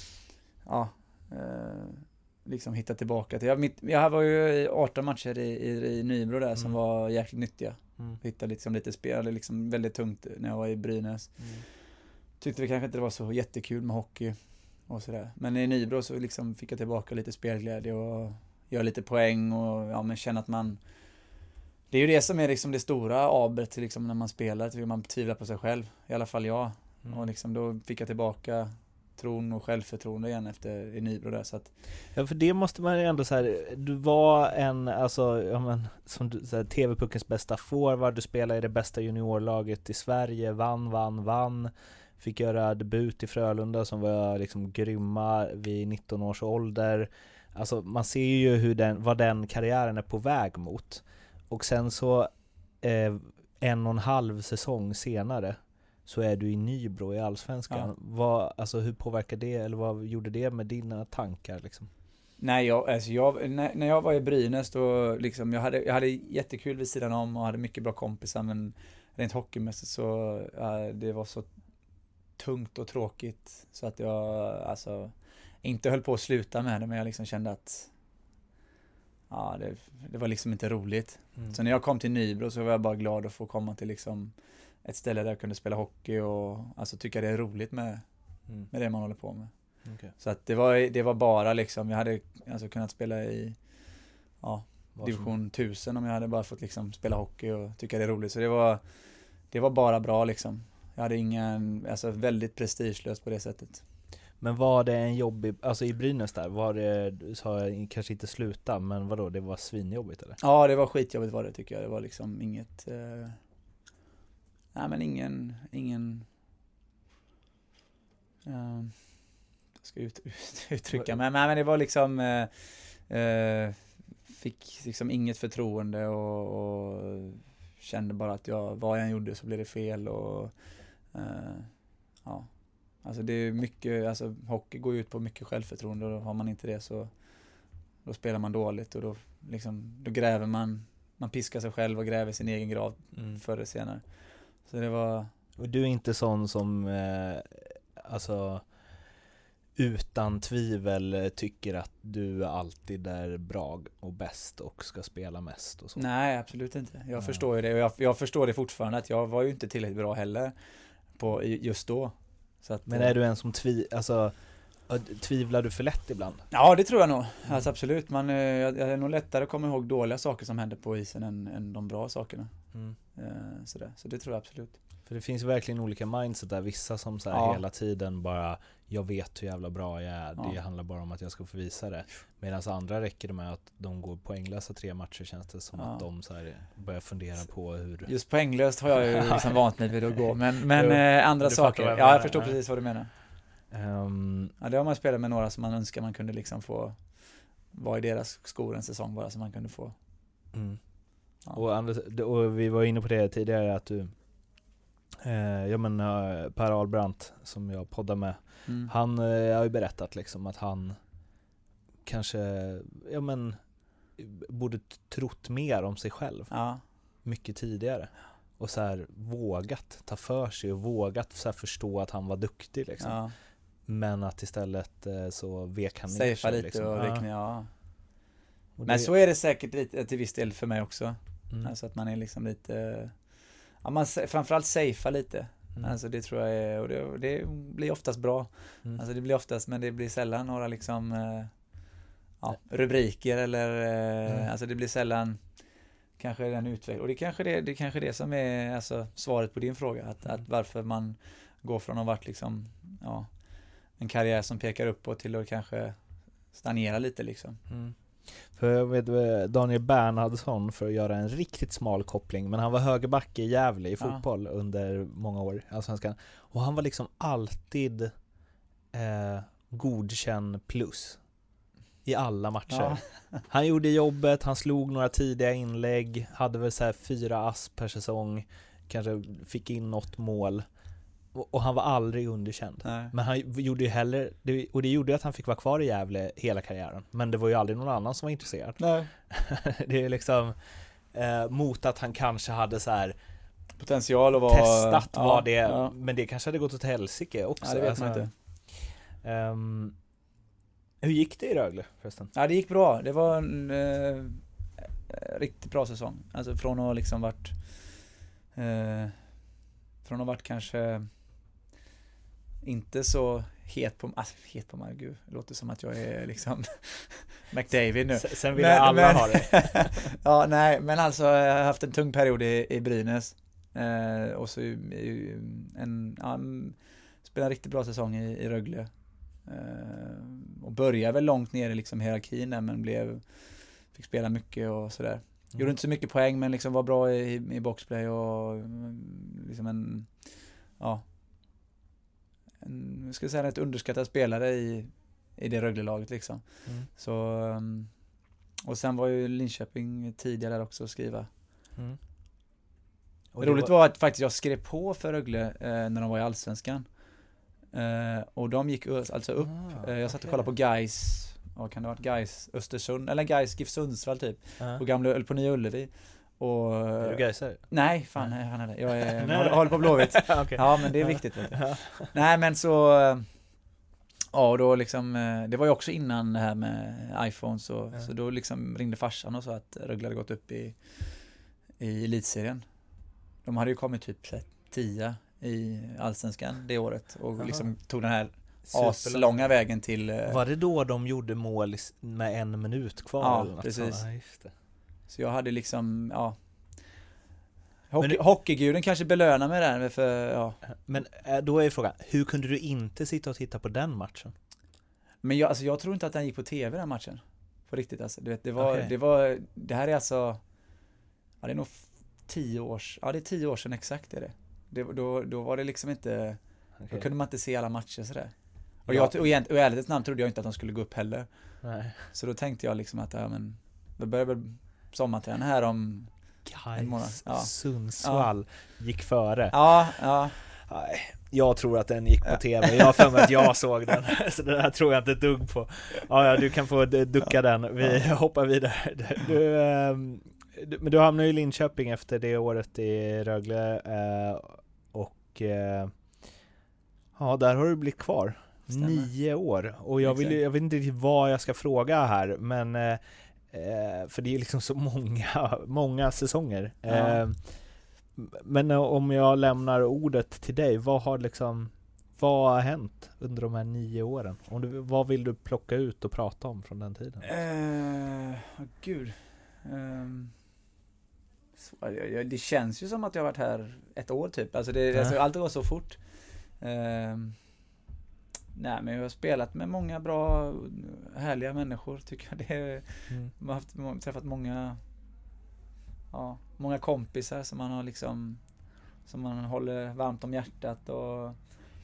ja, eh, liksom hittade tillbaka till. Jag, mitt, jag var ju i arton matcher i, i, i Nybro där mm. som var jäkligt nyttiga. Mm. Hittade liksom lite spel, liksom väldigt tungt när jag var i Brynäs. Mm. Tyckte det kanske inte var så jättekul med hockey. Och sådär. Men i Nybro så liksom fick jag tillbaka lite spelglädje och göra lite poäng och ja, men känna att man det är ju det som är liksom det stora abret liksom när man spelar, att man tvivlar på sig själv, i alla fall jag. Mm. Och liksom då fick jag tillbaka tron och självförtroende igen efter i Nybro där, så att ja, för det måste man ju ändå så här, du var en alltså ja, men som du så här, T V-puckens bästa forward, du spelade i det bästa juniorlaget i Sverige, vann vann vann. Fick göra debut i Frölunda som var liksom grymma vid nitton års ålder. Alltså man ser ju hur den, vad den karriären är på väg mot. Och sen så eh, en och en halv säsong senare så är du i Nybro i Allsvenskan. Ja. Vad, alltså hur påverkar det, eller vad gjorde det med dina tankar liksom? Nej, jag, alltså jag, när, när jag var i Brynäs då liksom, jag hade, jag hade jättekul vid sidan om och hade mycket bra kompisar, men rent hockeymässigt så äh, det var så tungt och tråkigt så att jag alltså inte höll på att sluta med det, men jag liksom kände att ja, det, det var liksom inte roligt. Mm. Så när jag kom till Nybro så var jag bara glad att få komma till liksom ett ställe där jag kunde spela hockey och alltså tycka det är roligt med, mm. med det man håller på med. Okay. Så att det var, det var bara liksom, jag hade alltså kunnat spela i ja, division tusen om jag hade bara fått liksom spela hockey och tycka det är roligt. Så det var, det var bara bra liksom. Jag hade ingen, alltså väldigt prestigelöst på det sättet. Men var det en jobbig, alltså i Brynäs där, var det, du sa kanske inte sluta, men vadå, det var svinjobbigt eller? Ja, det var skitjobbigt var det tycker jag. Det var liksom inget, eh, nej men ingen, ingen, eh, jag ska ut, ut, uttrycka mig, men, men det var liksom, eh, eh, fick liksom inget förtroende och, och kände bara att jag, vad jag än gjorde så blev det fel och uh, ja, alltså det är mycket, alltså hockey går ut på mycket självförtroende och har man inte det så då spelar man dåligt och då liksom, då gräver man, man piskar sig själv och gräver sin egen grav mm. förr eller senare. Så det var... Och du är inte sån som eh, alltså utan tvivel tycker att du alltid är bra och bäst och ska spela mest och så? Nej, absolut inte. Jag ja. förstår ju det och jag, jag förstår det fortfarande att jag var ju inte tillräckligt bra heller på just då. Så att, men är du en som tvi, alltså Tvivlar du för lätt ibland? Ja, det tror jag nog. Alltså, absolut. Man, eh, jag är nog lättare att komma ihåg dåliga saker som händer på isen än, än de bra sakerna. Mm. Eh, sådär. Så det tror jag absolut. För det finns verkligen olika mindset där. Vissa som så här Ja. hela tiden bara, jag vet hur jävla bra jag är. Det Ja. handlar bara om att jag ska få visa det. Medan andra räcker det med att de går poänglösa tre matcher, känns det som Ja. att de så här börjar fundera på hur... Just poänglöst har jag ju liksom vant mig vid att gå. Men, men Jo, eh, andra du fattar saker. vad jag Ja, menar. jag förstår Ja. precis vad du menar. Um, Ja, det har man spelat med några som man önskar man kunde liksom få vara i deras skor en säsong bara, som man kunde få. mm. Ja. och, Anders, och vi var inne på det tidigare att du eh, jag menar Per Albrandt som jag poddar med, Mm. han eh, har ju berättat liksom att han kanske ja men borde trott mer om sig själv Ja. mycket tidigare och så här vågat ta för sig och vågat så här förstå att han var duktig liksom. Ja. Men att istället eh, så vek han ner Safea sig lite liksom. och Ja. räkna, ja. Och Men det- så är det säkert lite, till viss del för mig också. mm. Alltså att man är liksom lite, ja, man sa- framförallt safea lite. Mm. Alltså det tror jag är, och det, det blir oftast bra. Mm. Alltså det blir oftast, men det blir sällan några liksom eh, ja, rubriker eller eh, Mm. alltså det blir sällan kanske den utveckling. Och det kanske det, det kanske det som är alltså svaret på din fråga, att, Mm. att varför man går från att ha varit liksom ja, en karriär som pekar uppåt till att kanske stagnera lite liksom. Mm. För jag vet eh, Daniel Bernhardsson, för att göra en riktigt smal koppling, men han var högerback i Gävle i fotboll ja. under många år, allsvenskan. Och han var liksom alltid eh, godkänd plus i alla matcher. Ja. Han gjorde jobbet, han slog några tidiga inlägg, hade väl så här fyra ass per säsong, kanske fick in något mål. Och, och han var aldrig underkänd. Nej. Men han gjorde ju heller, det, och det gjorde att han fick vara kvar i Gävle hela karriären. Men det var ju aldrig någon annan som var intresserad. Nej. Det är liksom eh, mot att han kanske hade så här Potential att vara testat ja, vad det, ja. men det kanske hade gått åt helsike också. Ja, det vet man inte. Um, hur gick det i Rögle förresten? Ja, det gick bra. Det var en eh, riktigt bra säsong. Alltså från att liksom varit eh, från att varit kanske inte så het på alltså, het på mig, gud. Det låter som att jag är liksom McDavid nu. S- sen vill Men- alla men- ha det. Ja, nej, men alltså jag har haft en tung period i, i Brynäs. Eh, och så i- en, ja, en spelade en riktigt bra säsong i, i Rögle. Eh, och började väl långt ner i liksom hierarkin där, men blev fick spela mycket och sådär. Gjorde inte så mycket poäng, men liksom var bra i, i boxplay och mm, liksom en ja en, jag skulle säga ett underskattad spelare i, i det Rögle-laget liksom. Mm. Så um, och sen var ju Linköping tidigare där också att skriva. Mm. Och roligt var... var att faktiskt jag skrev på för Rögle eh, när de var i Allsvenskan. Eh, och de gick alltså upp. Ah, eh, jag satt och okej. kollade på Gais. Vad kan det ha varit? Gais Östersund eller Gais GIF Sundsvall typ. Ja. På gamla eller på Nya Ullevi. Och Är du gaisare? nej, fan nej, fan är det. Jag är Nej. håller, håller på Blåvitt. Okej. Ja, men det är viktigt. Vet du. Ja. Nej, men så ja, och då liksom eh, det var ju också innan det här med iPhones och Ja. så då liksom ringde farsan och sa att Rögle hade gått upp i i elitserien. De hade ju kommit typ så här, tia i Allsvenskan det året och Aha. liksom tog den här Superlång. aslånga vägen till eh, Var det då de gjorde mål med en minut kvar? Ja, eller något precis. sånt? Ja, just det. så jag hade liksom ja Hockey, Men det- hockeyguden kanske belönar mig där för ja. Men eh, då är frågan, hur kunde du inte sitta och titta på den matchen? Men jag, alltså jag tror inte att den gick på tv den matchen. På riktigt alltså. Du vet, det var, Okej. det var, det här är alltså, ja det är nog f- tio års, ja det är tio år sedan exakt är det. det då, då var det liksom inte, då Okej. kunde man inte se alla matcher sådär. Och, Ja. jag, och, egent- och i ärlighetens namn trodde jag inte att de skulle gå upp heller. Nej. Så då tänkte jag liksom att, ja men, det börjar väl sommarträna här om, En månad, Gais, ja. Sundsvall gick före. ja, ja, Nej, jag tror att den gick på Ja. tv. Jag har för mig att jag såg den. Så det där tror jag inte ett dugg på. Ja, ja, du kan få d- ducka den. Vi hoppar vidare. Du, ehm, du, men du hamnade i Linköping efter det året i Rögle. Eh, och eh, ja, där har du blivit kvar. Stämmer. Nio år. Och jag, vill, Exakt. jag vet inte riktigt vad jag ska fråga här. Men eh, eh, för det är liksom så många, många säsonger. Ja. Eh, men om jag lämnar ordet till dig, vad har liksom vad har hänt under de här nio åren? Om du, vad vill du plocka ut och prata om från den tiden? Eh, oh, gud. Um, så, jag, jag, det känns ju som att jag har varit här ett år typ. Alltså, det, alltså allt går så fort. Um, nej, men jag har spelat med många bra, härliga människor tycker jag. Det, mm. Man har haft, man har träffat många, ja, många kompisar som man har liksom, som man håller varmt om hjärtat, och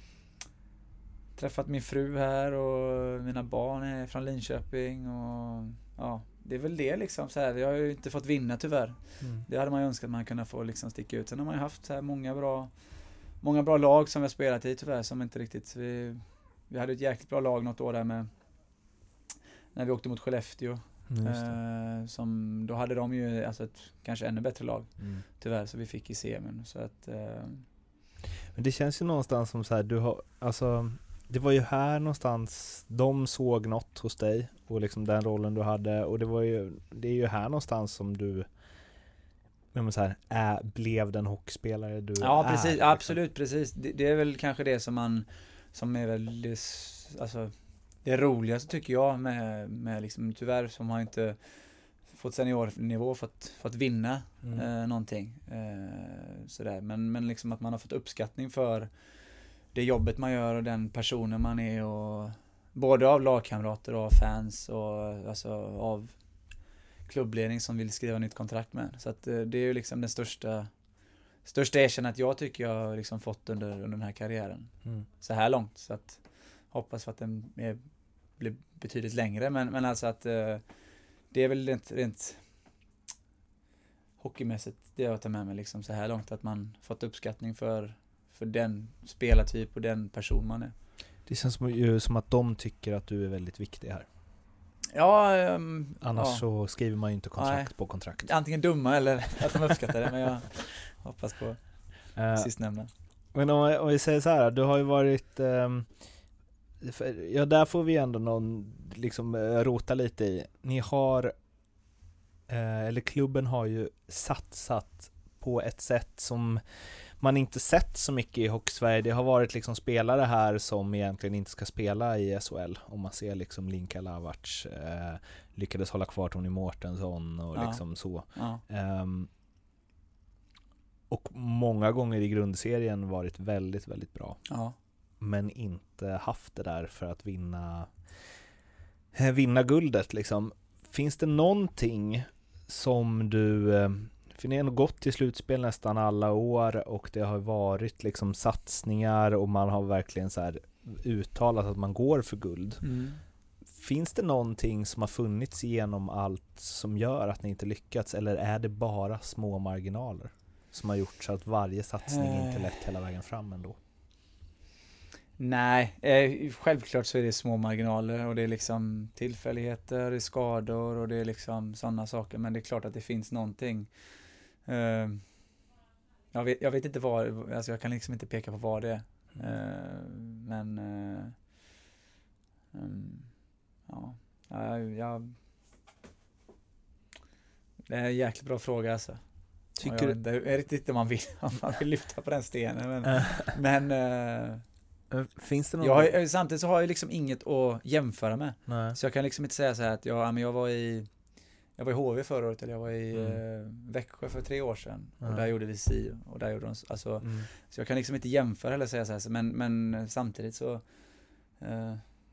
träffat min fru här och mina barn är från Linköping, och ja, det är väl det liksom så här. Vi har ju inte fått vinna tyvärr. Mm. Det hade man ju önskat att man kunde få liksom sticka ut. Sen har man ju haft så här många bra många bra lag som vi har spelat i tyvärr, som inte riktigt vi, vi hade ett jäkligt bra lag något år där med när vi åkte mot Skellefteå. Mm, eh, som då hade de ju alltså ett kanske ännu bättre lag. Mm. Tyvärr, så vi fick i semin, så att eh, men det känns ju någonstans som så här, du har alltså det var ju här någonstans de såg något hos dig och liksom den rollen du hade, och det var ju det är ju här någonstans som du men så här är, blev den hockeyspelare du ja, är. Precis, liksom. absolut, precis. Det, det är väl kanske det som man som är väl det, alltså det roligaste tycker jag med med liksom tyvärr som har inte fått seniornivå fått fått vinna mm. eh, någonting eh, så där, men men liksom att man har fått uppskattning för det jobbet man gör och den personen man är, och både av lagkamrater och av fans och alltså av klubbledning som vill skriva nytt kontrakt med. Så att det är ju liksom den största största erkännandet jag tycker jag har liksom fått under, under den här karriären. Mm. Så här långt, så att hoppas att den är, blir betydligt längre, men men alltså att uh, det är väl rent, rent hockeymässigt det jag tar med mig liksom så här långt, att man fått uppskattning för för den spelartyp och den person man är. Det känns som, ju som att de tycker att du är väldigt viktig här. Ja, um, annars ja. så skriver man ju inte kontrakt Nej. på kontrakt. Antingen dumma eller att de uppskattar det, men jag hoppas på uh, sistnämnda. Men om, om vi säger så här, du har ju varit um, för, ja, där får vi ändå någon liksom rota lite i. Ni har uh, eller klubben har ju satsat på ett sätt som man inte sett så mycket i Hockeysverige. Det har varit liksom spelare här som egentligen inte ska spela i S H L. Om man ser liksom Linka Lavac eh, lyckades hålla kvar Tony Mårtensson och ja. liksom så. Ja. Um, och många gånger i grundserien varit väldigt, väldigt bra. Ja. Men inte haft det där för att vinna eh, vinna guldet liksom. Finns det någonting som du... Eh, För ni har nog gått till slutspel nästan alla år, och det har varit liksom satsningar och man har verkligen så här uttalat att man går för guld. Mm. Finns det någonting som har funnits genom allt som gör att ni inte lyckats, eller är det bara små marginaler som har gjort så att varje satsning äh. inte lett hela vägen fram ändå? Nej, eh, självklart så är det små marginaler, och det är liksom tillfälligheter, det är skador och det är liksom sådana saker, men det är klart att det finns någonting. Uh, jag, vet, jag vet inte vad, alltså jag kan liksom inte peka på vad det är. Uh, men uh, um, ja, jag, jag det är en jäkligt bra fråga alltså. Tycker jag, jag vet inte om man vill, om man vill lyfta på den stenen, men, men uh, finns det någon... jag har, samtidigt så har jag liksom inget att jämföra med. Nej. Så jag kan liksom inte säga så här att jag, men jag var i Jag var i H V förra året, eller jag var i mm. eh, Växjö för tre år sedan. Och mm. där gjorde vi si, och där gjorde de, alltså, mm. så jag kan liksom inte jämföra eller säga så här, men, men samtidigt så eh,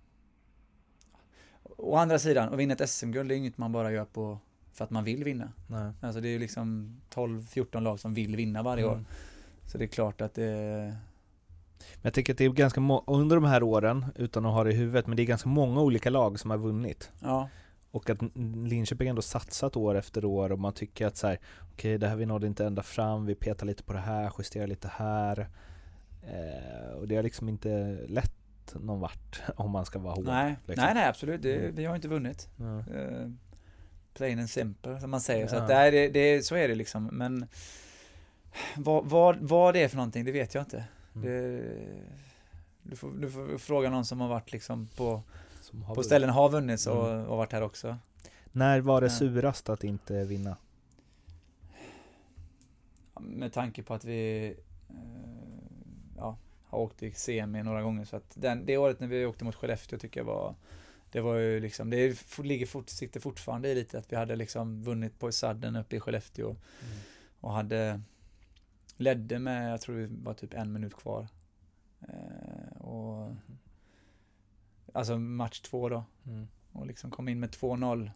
å andra sidan, att vinna ett S M-guld är inget man bara gör på för att man vill vinna. Nej. Alltså det är ju liksom tolv fjorton lag som vill vinna varje mm. år. Så det är klart att det... Men jag tycker att det är ganska må- under de här åren, utan att ha det i huvudet, men det är ganska många olika lag som har vunnit. Ja. Och att Linköping ändå satsat år efter år, och man tycker att så här, okej, okay, det här vi nådde inte ända fram, vi petar lite på det här, justerar lite här. Eh, och det har liksom inte lätt någon vart, om man ska vara hård. Nej, liksom. nej, nej, absolut. Det, vi har inte vunnit. Ja. Uh, plain and simple, som man säger. Ja. Så att det, det, det, så är det liksom. Men vad, vad, vad det är för någonting, det vet jag inte. Mm. Det, du, får, du får fråga någon som har varit liksom på... På ställen har vunnits och, mm. och varit här också. När var det surast att inte vinna? Med tanke på att vi eh, ja, har åkt i semi några gånger. Så att den, det året när vi åkte mot Skellefteå tycker jag var, det var ju liksom, det ligger fort, sitter fortfarande i lite att vi hade liksom vunnit på sadden uppe i Skellefteå mm. och hade ledde med, jag tror det var typ en minut kvar. Eh, och mm. alltså match två då. Mm. Och liksom kom in med två noll.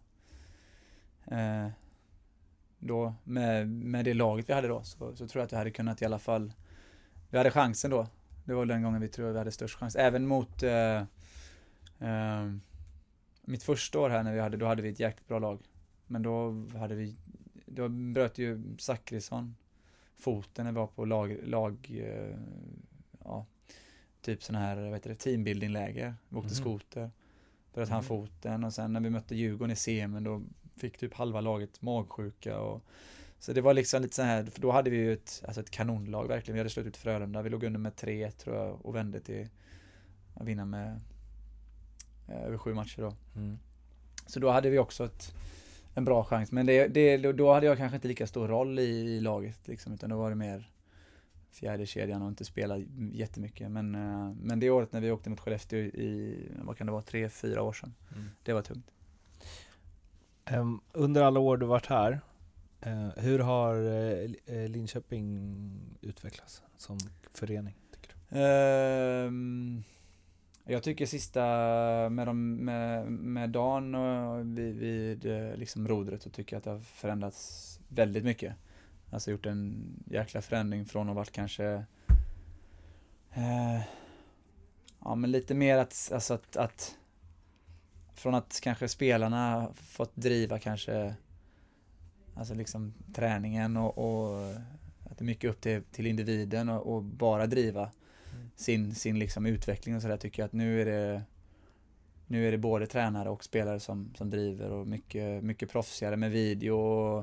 Eh, då med, med det laget vi hade då så, så tror jag att vi hade kunnat i alla fall, vi hade chansen då. Det var den gången vi tror att vi hade störst chans. Även mot eh, eh, mitt första år här när vi hade, då hade vi ett jäkligt bra lag. Men då hade vi, då bröt ju Zachrisson foten när vi var på lag, lag eh, ja, typ sån här, vad heter det, teambuilding-läger. Vi åkte mm. skoter. Bröt mm. han foten och sen när vi mötte Djurgården i semin då fick typ halva laget magsjuka och så det var liksom lite så här, för då hade vi ju ett, alltså ett kanonlag verkligen. Vi hade slutat ut Frölunda, vi låg under med tre tror jag och vände till att vinna med eh, över sju matcher då. Mm. Så då hade vi också ett, en bra chans, men det, det, då hade jag kanske inte lika stor roll i, i laget liksom, utan då var det mer fjärde kedjan och inte spela jättemycket. Men, eh, men det året när vi åkte mot Skellefteå i, vad kan det vara, tre, fyra år sedan, mm. det var tungt. Um, under alla år du varit här, uh, hur har uh, Linköping utvecklats som förening, tycker du? Um, jag tycker sista med, dem, med, med Dan och vid, vid liksom rodret så tycker jag att det har förändrats väldigt mycket. Alltså gjort en jäkla förändring från att ha varit kanske uh, ja men lite mer att, alltså att, att från att kanske spelarna fått driva kanske alltså liksom träningen och, och att det är mycket upp till, till individen och, och bara driva mm. sin, sin liksom utveckling och sådär, tycker jag att nu är det nu är det både tränare och spelare som, som driver och mycket, mycket proffsigare med video och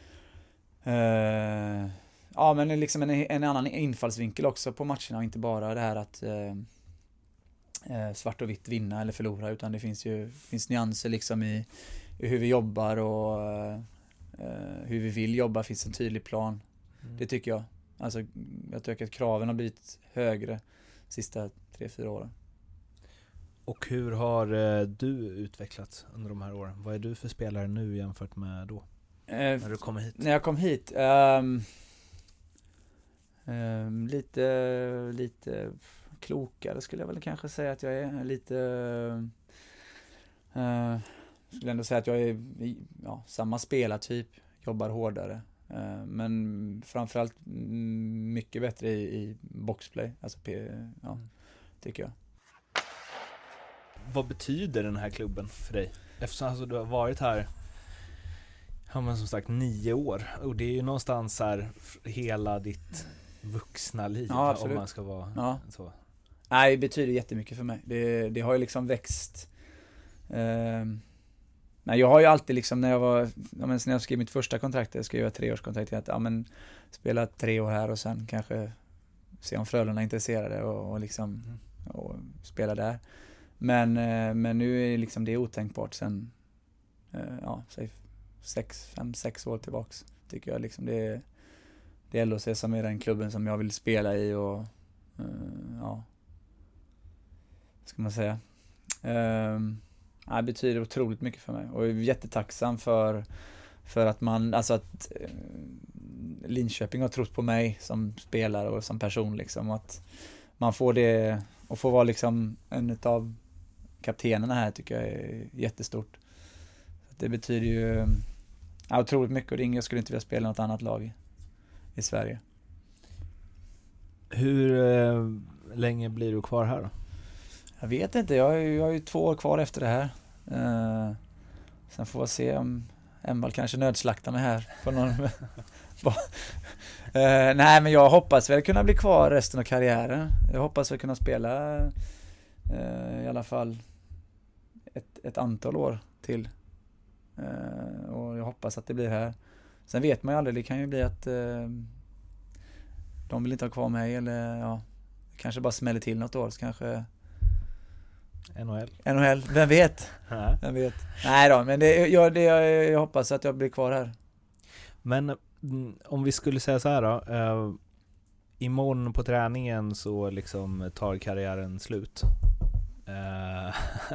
eh, ja men liksom en, en annan infallsvinkel också på matcherna och inte bara det här att eh, svart och vitt vinna eller förlora, utan det finns ju finns nyanser liksom i, i hur vi jobbar och uh, hur vi vill jobba, finns en tydlig plan. Mm. Det tycker jag. Alltså jag tycker att kraven har blivit högre sista tre, fyra åren. Och hur har uh, du utvecklats under de här åren? Vad är du för spelare nu jämfört med då? Uh, när du kom hit? När jag kom hit um, um, lite lite klokare skulle jag väl kanske säga att jag är lite uh, skulle ändå säga att jag är ja, samma spelartyp, jobbar hårdare uh, men framförallt mycket bättre i, i boxplay, alltså ja, tycker jag. Vad betyder den här klubben för dig? Eftersom alltså, du har varit här ja, men som sagt nio år och det är ju någonstans här hela ditt vuxna liv, ja, om man ska vara ja. så. Nej, det betyder jättemycket för mig. Det, det har ju liksom växt. Eh, nej, jag har ju alltid liksom när jag var, ja, men när jag skrev mitt första kontrakt, jag skrev ett treårskontrakt, att ja, men spela tre år här och sen kanske se om Frölunda är intresserade och, och liksom mm. och spela där. Men, eh, men nu är liksom det otänkbart sen eh, ja, säg sex, fem, sex år tillbaks. Tycker jag liksom det är, det är L H C som är den klubben som jag vill spela i och eh, ja. Ska man säga. Um, det betyder otroligt mycket för mig och jag är jättetacksam för för att man, alltså att uh, Linköping har trott på mig som spelare och som person liksom, och att man får det och får vara liksom en av kaptenerna här tycker jag är jättestort. Så det betyder ju ja, otroligt mycket och det är, jag skulle inte vilja spela något annat lag i, i Sverige. Hur eh, länge blir du kvar här då? Jag vet inte, jag har ju, jag har ju två år kvar efter det här. Uh, sen får vi se om Embal kanske nödslaktar mig här. På någon uh, nej, men jag hoppas väl kunna bli kvar resten av karriären. Jag hoppas väl kunna spela uh, i alla fall ett, ett antal år till. Uh, och jag hoppas att det blir här. Sen vet man ju aldrig, det kan ju bli att uh, de vill inte ha kvar mig eller ja, kanske bara smäller till något år så kanske N H L. N H L, vem vet? Vem vet? Nej då, men det, jag, det, jag, jag hoppas att jag blir kvar här. Men om vi skulle säga så här då, eh, imorgon på träningen så liksom tar karriären slut. Uh,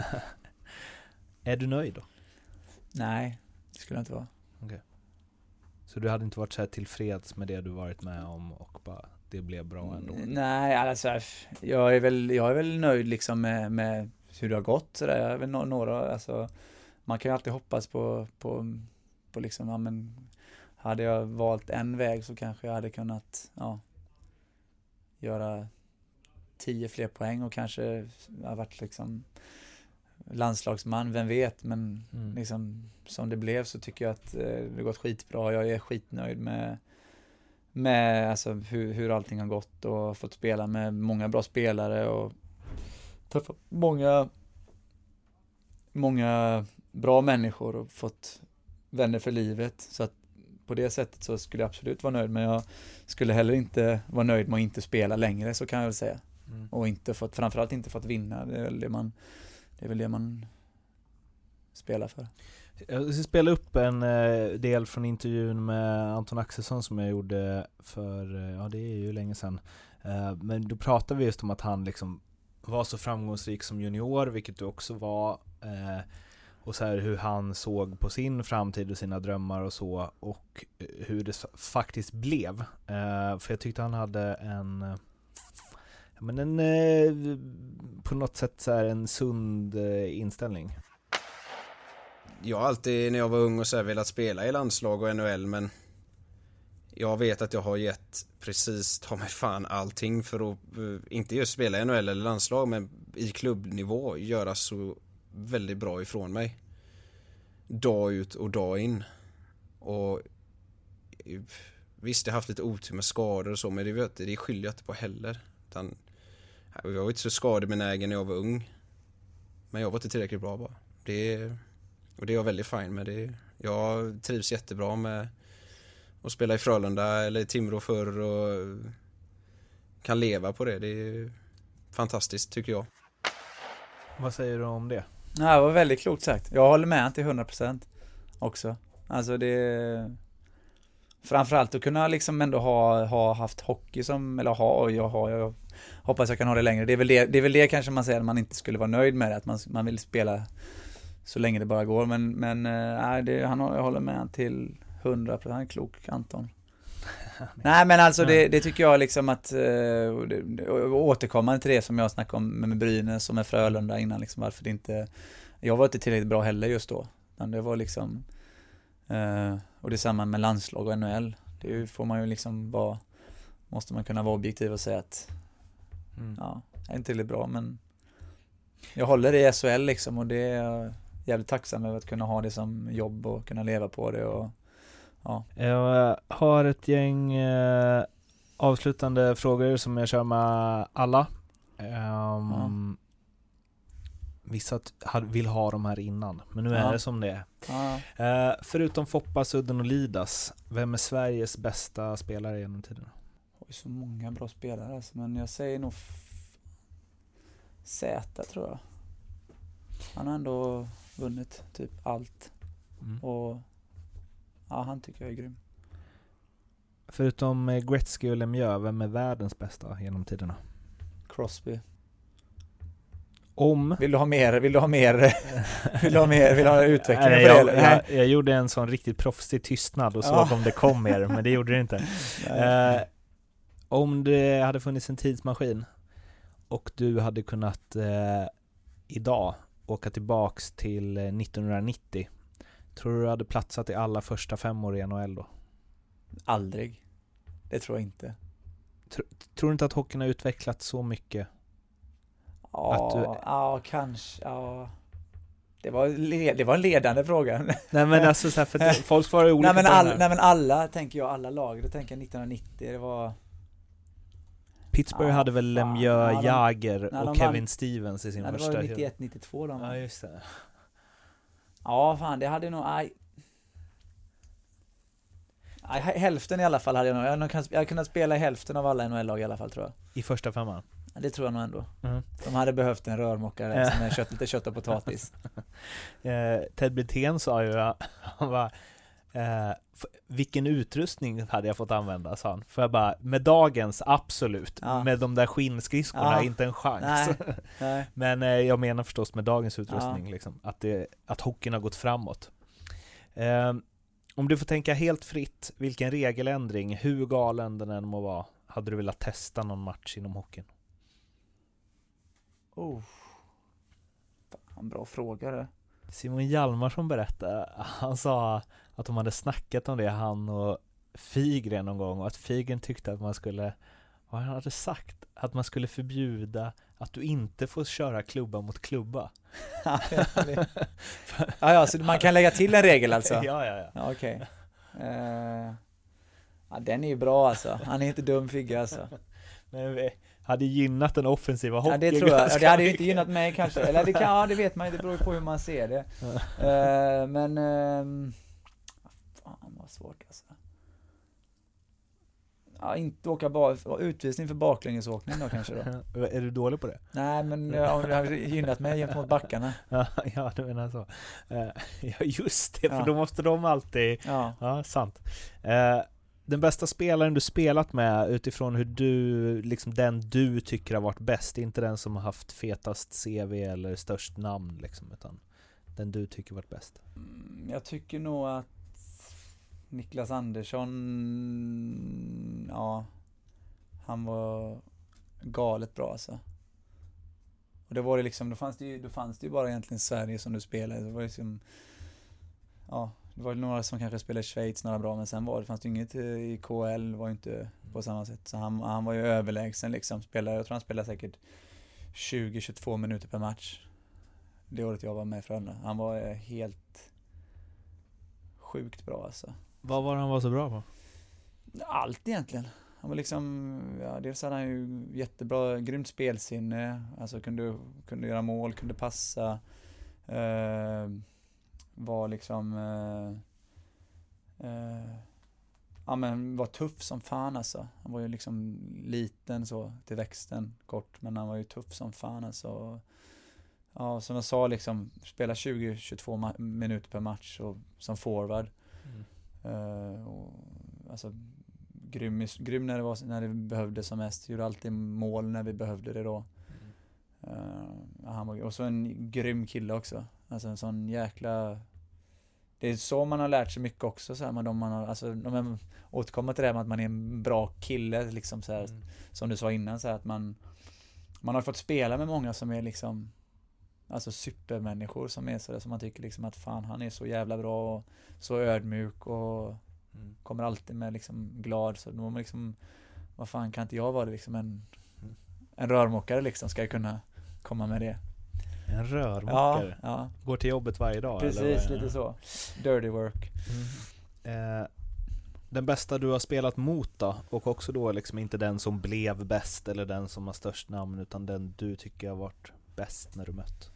är du nöjd då? Nej, det skulle jag inte vara. Okay. Så du hade inte varit så här tillfreds med det du varit med om och bara det blev bra ändå? Nej, alltså jag är väl, jag är väl nöjd liksom med, med hur det har gått. Så där. Jag är väl några, alltså, man kan ju alltid hoppas på, på, på liksom, ja, men hade jag valt en väg så kanske jag hade kunnat ja, göra tio fler poäng och kanske ha varit liksom landslagsman, vem vet, men mm. liksom, som det blev så tycker jag att eh, det har gått skitbra. Jag är skitnöjd med, med alltså, hur, hur allting har gått och fått spela med många bra spelare och träffat många många bra människor och fått vänner för livet, så att på det sättet så skulle jag absolut vara nöjd, men jag skulle heller inte vara nöjd med att inte spela längre, så kan jag väl säga. Mm. Och inte fått, framförallt inte fått vinna. Det är väl det man, det är väl det man spelar för. Jag ska spela upp en del från intervjun med Anton Axelsson som jag gjorde för, ja det är ju länge sedan. Men då pratade vi just om att han liksom var så framgångsrik som junior, vilket du också var. Och så här hur han såg på sin framtid och sina drömmar och så, och hur det faktiskt blev. För jag tyckte han hade en men en på något sätt så här en sund inställning. Jag har alltid när jag var ung och så här velat spela i landslag och N H L, men jag vet att jag har gett precis ta mig fan allting för att inte just spela i N H L eller landslag, men i klubbnivå göra så väldigt bra ifrån mig dag ut och dag in. Och visst, jag har haft lite otur med skador och så, men det, vet, det skyller jag inte på heller. Utan, jag var inte så skadebenägen när jag var ung, men jag var inte tillräckligt bra bara. Det, och det är jag väldigt fin med. Det, jag trivs jättebra med att spela i Frölunda eller i Timrå förr och kan leva på det. Det är fantastiskt tycker jag. Vad säger du om det? Ja, det var väldigt klokt sagt. Jag håller med till hundra procent också. Alltså det framförallt att kunna liksom ändå ha, ha haft hockey som, eller ha, och jag har, jag hoppas jag kan ha det längre. Det är väl det, det är väl det kanske man säger att man inte skulle vara nöjd med det, att man, man vill spela så länge det bara går, men, men nej, det, han, jag håller med till hundra procent. Han är klok, Anton. Nej, men alltså det, det tycker jag liksom att uh, återkommande till det som jag snackade om med, med Brynäs och med Frölunda innan, liksom varför det inte, jag var inte tillräckligt bra heller just då, men det var liksom uh, och det är samma med landslag och N H L, det får man ju liksom vara, måste man kunna vara objektiv och säga att mm. ja, jag är inte tillräckligt bra, men jag håller i S H L liksom, och det är jag jävligt tacksam över att kunna ha det som jobb och kunna leva på det. Och ja. Jag har ett gäng eh, avslutande frågor som jag kör med alla. Um, ja. Vissa t- vill ha de här innan, men nu är ja. det som det är. Ja. Uh, förutom Foppa, Sudden och Lidas, vem är Sveriges bästa spelare genom tiden? Det är så många bra spelare, alltså, men jag säger nog f- Zäta tror jag. Han har ändå vunnit typ allt. Mm. Och ja, han tycker jag är grym. Förutom Gretzky och Lemieux, vem är världens bästa genom tiderna? Crosby. Om Vill du ha mer? Vill du ha mer? vill du ha mer? Vill du ha utveckling? Nej, jag, jag, jag gjorde en sån riktigt proffsig tystnad och såg ja. om det kom mer, men det gjorde det inte. eh, om det hade funnits en tidsmaskin och du hade kunnat eh, idag åka tillbaks till nittonhundranittio, tror du du hade platsat i alla första fem år i N H L då? Aldrig. Det tror jag inte. Tror, tror du inte att hockeyn har utvecklats så mycket? Ja, du... ja kanske. Ja. Det, var le- det var en ledande fråga. Nej, men alltså så här, för att folk svarar olika. Nej, men, all, nej men alla, tänker jag, alla lag. Då tänker jag nittonhundranittio, det var... Pittsburgh ja, hade väl Lemieux, ja, Jagger ja, och Kevin Stevens i sin ja, första. Det var nittioett nittiotvå då. Ja, just det. Ja, fan, det hade nog... Aj. Aj, hälften i alla fall hade jag nog. Jag hade, jag hade kunnat spela i hälften av alla N H L-lag i alla fall, tror jag. I första femman? Ja, det tror jag nog ändå. Mm. De hade behövt en rörmokare som är kött, lite kött och potatis. eh, Ted Brithén sa ju, han var, eh, vilken utrustning hade jag fått använda, sa han. För jag bara, med dagens, absolut. Ja. Med de där skinnskrisskorna, Ja. inte en chans. Nej. Nej. Men eh, jag menar förstås med dagens utrustning, ja. liksom, att, det, att hockeyn har gått framåt. Eh, om du får tänka helt fritt, vilken regeländring, hur galen den än må vara, hade du velat testa någon match inom hockeyn? Oh. Fan, bra fråga det. Simon Hjalmarsson berättade, han sa att de hade snackat om det, han och Figren någon gång, och att Figren tyckte att man skulle, vad han hade sagt, att man skulle förbjuda att du inte får köra klubba mot klubba. ja, ja, så man kan lägga till en regel alltså? ja, ja, ja. ja Okej. Okay. Uh, ja, den är ju bra alltså. Han är inte dum, Figge alltså. Men vi hade gynnat den offensiva hockeyn. Ja, det tror jag. Det hade ju inte gynnat mig kanske. Eller det kan, ja, det vet man ju. Det beror på hur man ser det. uh, men... Uh, fan, vad svårt alltså. Ja, inte åka bara utvisning för baklängesåkning då kanske då. Är du dålig på det? Nej, men ja, det har gynnat mig gentemot backarna. ja, du menar så. Uh, ja, just det, för ja. då måste de alltid... Ja, ja sant. Uh, den bästa spelaren du spelat med utifrån hur du, liksom den du tycker har varit bäst, inte den som har haft fetast C V eller störst namn liksom, utan den du tycker varit bäst. Mm, jag tycker nog att Niklas Andersson, ja, han var galet bra alltså. Och det var det liksom, då fanns det ju, då fanns det ju bara egentligen Sverige som du spelade. Det var liksom, ja, det var några som kanske spelade i Schweiz, några bra, men sen var det, fanns det inget i K H L, var ju inte på samma sätt. Så han, han var ju överlägsen liksom, spelade, jag tror han spelade säkert tjugo till tjugotvå minuter per match. Det året jag var med i Frölunda. Han var helt sjukt bra alltså. Vad var han var så bra på? Allt egentligen. Han var liksom, ja, dels hade han ju jättebra, grymt spelsinne. Alltså kunde, kunde göra mål, kunde passa. Eh, var liksom, eh, eh, ja men var tuff som fan alltså. Han var ju liksom liten så till växten, kort, men han var ju tuff som fan alltså. Ja, som jag sa liksom, spela tjugo till tjugotvå ma- minuter per match och, som forward. Mm. Uh, och, alltså grym, grym när det var, när det behövdes som mest. Gjorde alltid mål när vi behövde det då. Mm. Uh, han var, och så en grym kille också. Alltså en sån jäkla... Det är så man har lärt sig mycket också så här, med de man har, alltså de återkommer till det med att man är en bra kille liksom så här, mm. som du sa innan så här, att man man har fått spela med många som är liksom, alltså supermänniskor som är så där, som man tycker liksom att fan, han är så jävla bra och så ödmjuk och mm. kommer alltid med liksom glad, så då man liksom, vad fan kan inte jag vara det liksom, en en rörmokare liksom, ska jag kunna komma med det. En rörmokare? Ja, ja. Går till jobbet varje dag? Precis, eller? lite så. Dirty work. Mm. Eh, den bästa du har spelat mot då? Och också då liksom inte den som blev bäst eller den som har störst namn, utan den du tycker har varit bäst när du mött?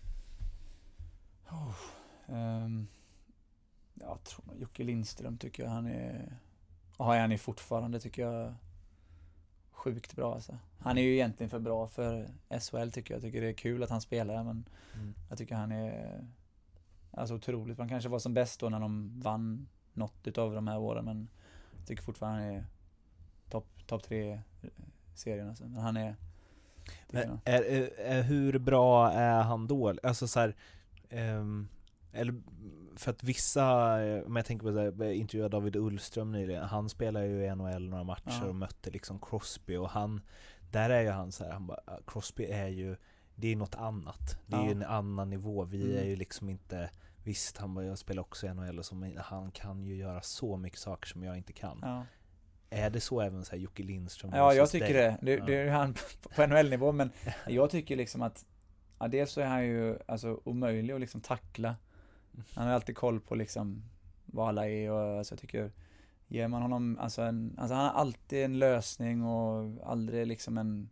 Oh, um, jag tror Jocke Lindström tycker jag han är, och har han är fortfarande tycker jag sjukt bra alltså. Han är ju egentligen för bra för S H L tycker jag. Jag tycker det är kul att han spelar, men mm. jag tycker han är alltså otroligt. Man kanske var som bäst då när de vann något utav de här åren, men jag tycker fortfarande han är topp top tre serien alltså. Men han är, men är, är, är hur bra är han då? Alltså så här, um, eller för att vissa, om jag tänker på så här, intervjua David Ullström nyligen, han spelar ju i N H L några matcher ja. och mötte liksom Crosby, och han, där är ju han så här, han bara, Crosby är ju, det är något annat, det är ja. ju en annan nivå, vi mm. är ju liksom inte, visst han bara, jag spelar också i N H L och så, men han kan ju göra så mycket saker som jag inte kan. Ja. Är det så även så här Jocke Lindström? Ja, jag tycker det. Det, ja. det är han på N H L-nivå, men jag tycker liksom att ja, dels så är han ju alltså omöjlig att liksom tackla. Han har alltid koll på liksom vad alla är, och alltså jag tycker ger man honom alltså en, alltså han har alltid en lösning och aldrig liksom en